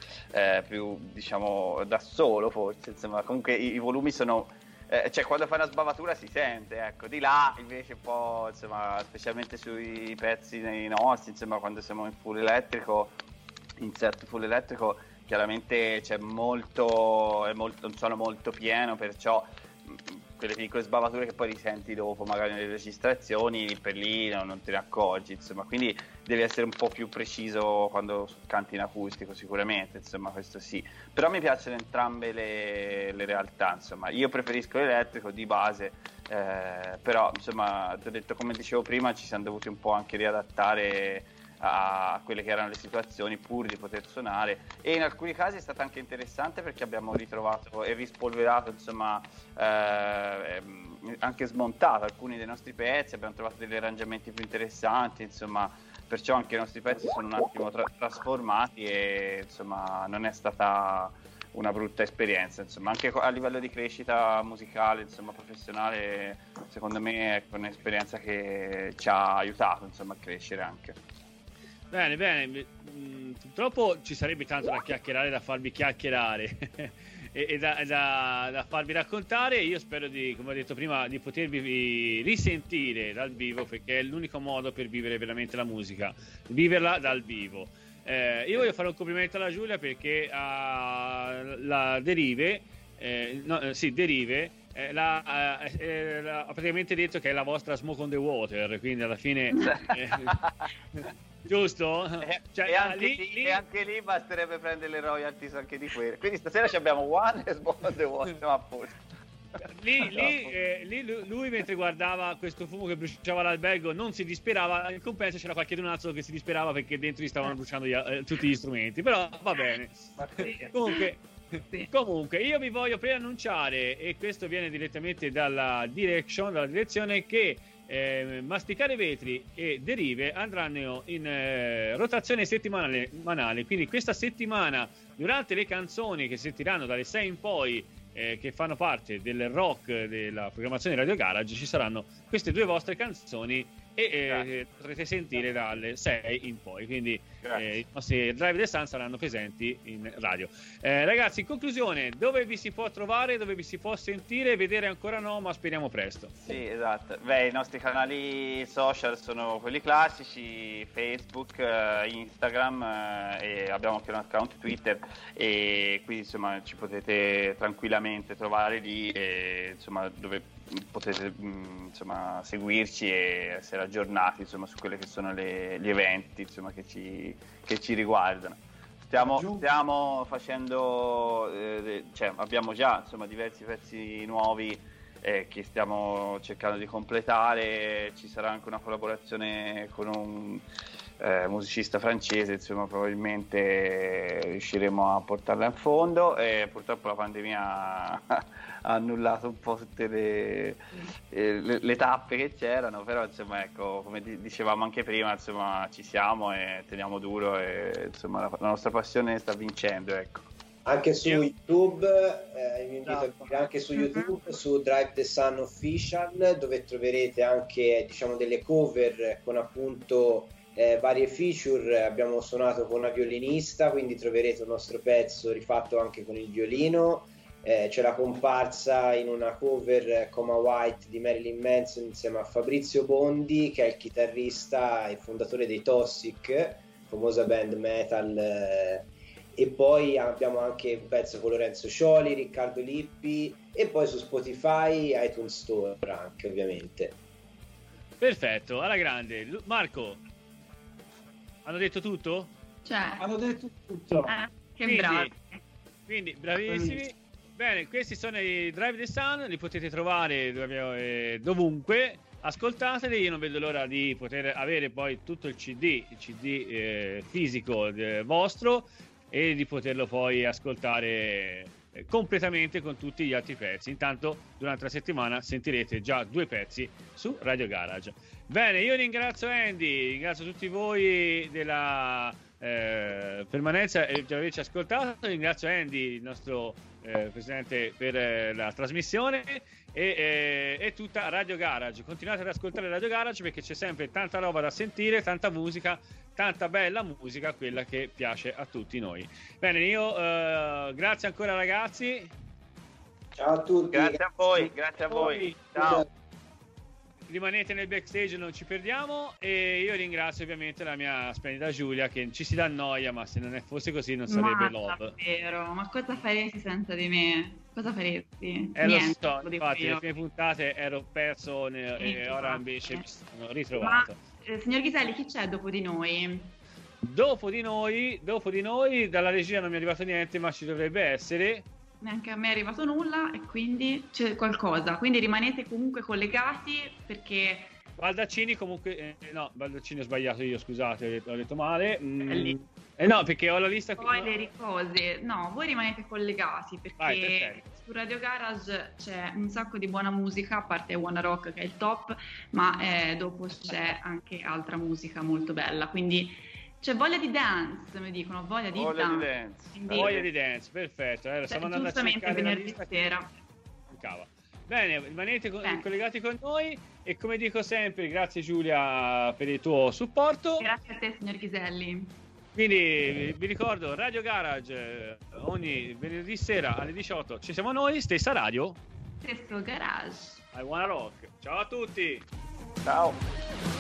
diciamo da solo, forse, insomma. Comunque i volumi sono cioè quando fai una sbavatura si sente, ecco. Di là invece un po', insomma, specialmente sui pezzi nei nostri, insomma, quando siamo in full elettrico, in set full elettrico, chiaramente c'è un suono molto pieno, perciò quelle piccole sbavature che poi risenti dopo magari nelle registrazioni, lì per lì non te ne accorgi, insomma. Quindi devi essere un po' più preciso quando canti in acustico, sicuramente, insomma, questo sì. Però mi piacciono entrambe le realtà, insomma. Io preferisco l'elettrico di base, però, insomma, ti ho detto, come dicevo prima, ci siamo dovuti un po' anche riadattare a quelle che erano le situazioni pur di poter suonare, e in alcuni casi è stato anche interessante perché abbiamo ritrovato e rispolverato, insomma, anche smontato alcuni dei nostri pezzi, abbiamo trovato degli arrangiamenti più interessanti, insomma, perciò anche i nostri pezzi sono un attimo trasformati e, insomma, non è stata una brutta esperienza, insomma, anche a livello di crescita musicale, insomma, professionale, secondo me è un'esperienza che ci ha aiutato, insomma, a crescere anche. Bene, purtroppo ci sarebbe tanto da chiacchierare, da farvi chiacchierare e da farvi raccontare. Io spero di, come ho detto prima, di potervi risentire dal vivo, perché è l'unico modo per vivere veramente la musica, viverla dal vivo. Io voglio fare un complimento alla Giulia perché la Derive ha praticamente detto che è la vostra Smoke on the Water, quindi alla fine giusto? Cioè, e anche lì basterebbe prendere le royalties anche di quelle. Quindi stasera abbiamo One e Smoke on the Water, siamo a posto. Lì lui, mentre guardava questo fumo che bruciava l'albergo, non si disperava. In compenso c'era qualche altro che si disperava perché dentro gli stavano bruciando tutti gli strumenti. Però va bene. Comunque io vi voglio preannunciare, e questo viene direttamente dalla direzione, che Masticare Vetri e Derive andranno in rotazione settimanale. Quindi questa settimana, durante le canzoni che sentiranno dalle 6 in poi, che fanno parte del rock della programmazione Radio Garage, ci saranno queste due vostre canzoni e potrete sentire dalle 6 in poi. Quindi i nostri Drive the Sun saranno presenti in radio. Ragazzi, in conclusione, dove vi si può trovare, dove vi si può sentire? Vedere ancora no, ma speriamo presto. Sì, esatto. I nostri canali social sono quelli classici: Facebook, Instagram, e abbiamo anche un account Twitter, e quindi, insomma, ci potete tranquillamente trovare lì, e, insomma, dove potete, insomma, seguirci e essere aggiornati, insomma, su quelli che sono gli eventi, insomma, che ci riguardano. Stiamo facendo, cioè abbiamo già, insomma, diversi pezzi nuovi che stiamo cercando di completare. Ci sarà anche una collaborazione con musicista francese, insomma probabilmente riusciremo a portarla in fondo. Purtroppo la pandemia ha annullato un po' tutte le tappe che c'erano, però insomma ecco, come dicevamo anche prima, insomma ci siamo e teniamo duro e insomma la nostra passione sta vincendo, ecco. Anche su YouTube, vi invito a vedere anche su YouTube, su Drive the Sun Official, dove troverete anche, diciamo, delle cover con appunto varie feature. Abbiamo suonato con una violinista, quindi troverete un nostro pezzo rifatto anche con il violino. C'è la comparsa in una cover Coma White di Marilyn Manson insieme a Fabrizio Bondi, che è il chitarrista e fondatore dei Toxic, famosa band metal. E poi abbiamo anche un pezzo con Lorenzo Scioli, Riccardo Lippi, e poi su Spotify, iTunes Store anche, ovviamente. Perfetto, alla grande. Marco, hanno detto tutto? Hanno detto tutto. Che bravi. Quindi bravissimi. Bene, questi sono i Drive the Sun, li potete trovare dovunque. Ascoltateli, io non vedo l'ora di poter avere poi tutto il CD fisico vostro, e di poterlo poi ascoltare completamente con tutti gli altri pezzi. Intanto durante la settimana sentirete già 2 pezzi su Radio Garage. Bene, io ringrazio Andy, ringrazio tutti voi della permanenza e di averci ascoltato. Ringrazio Andy, il nostro presidente, per la trasmissione, e tutta Radio Garage. Continuate ad ascoltare Radio Garage perché c'è sempre tanta roba da sentire, tanta musica, tanta bella musica, quella che piace a tutti noi. Bene, io grazie ancora ragazzi. Ciao a tutti. Grazie a voi. Ciao. Rimanete nel backstage, non ci perdiamo, e io ringrazio ovviamente la mia splendida Giulia, che ci si dà noia, ma se non fosse così non sarebbe Love. Davvero, ma cosa faresti senza di me? Cosa faresti? Niente, lo so, infatti le prime puntate ero perso e ora invece mi sono ritrovato. Ma signor Ghiselli, chi c'è dopo di noi? Dopo di noi dalla regia non mi è arrivato niente, ma ci dovrebbe essere. Neanche a me è arrivato nulla, e quindi c'è qualcosa. Quindi rimanete comunque collegati, perché Baldaccini comunque no, Baldaccini ho sbagliato io, scusate, ho detto male. No, perché ho la lista qui. Poi le cose. No, voi rimanete collegati, perché su Radio Garage c'è un sacco di buona musica, a parte Wanna Rock che è il top, ma dopo c'è anche altra musica molto bella, quindi c'è voglia di dance, mi dicono, voglia di dance, perfetto. Stiamo andando a cercare venerdì sera. Bene, rimanete collegati con noi, e come dico sempre, grazie Giulia per il tuo supporto. Grazie a te signor Ghiselli. Quindi vi ricordo, Radio Garage ogni venerdì sera alle 18 ci siamo noi, stessa radio, stesso garage. I Wanna Rock. Ciao a tutti. Ciao.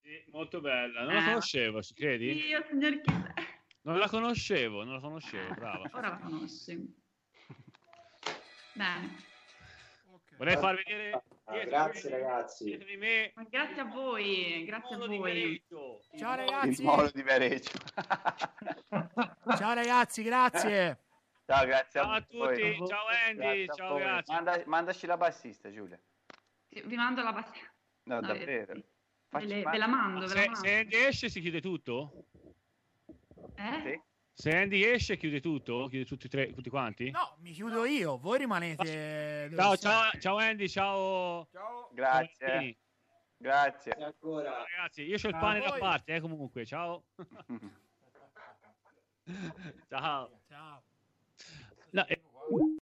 Sì, molto bella. Non la conoscevo, ci credi? Io, signor Chisè. Non la conoscevo, brava. Ora la conosci. Bene. Vorrei far vedere Grazie ragazzi. dietro di me Ma grazie a voi, grazie a Molo di voi. Viareggio. Ciao Il ragazzi. molo di Viareggio. Ciao ragazzi, grazie. Ciao, grazie Ciao a tutti, voi. ciao Andy, Grazie a ciao, voi. grazie. Mandaci la bassista, Giulia. Vi mando la passione. No, davvero. Ve la mando, ve la mando. Se Andy esce si chiude tutto? Eh? Se Andy esce chiude tutto? Chiude tutti quanti? No, mi chiudo io, voi rimanete... Ciao Andy, ciao. Grazie. Grazie. Ancora. Ciao, ragazzi, io ho il pane da voi. parte, comunque, ciao. Ciao. Ciao. No,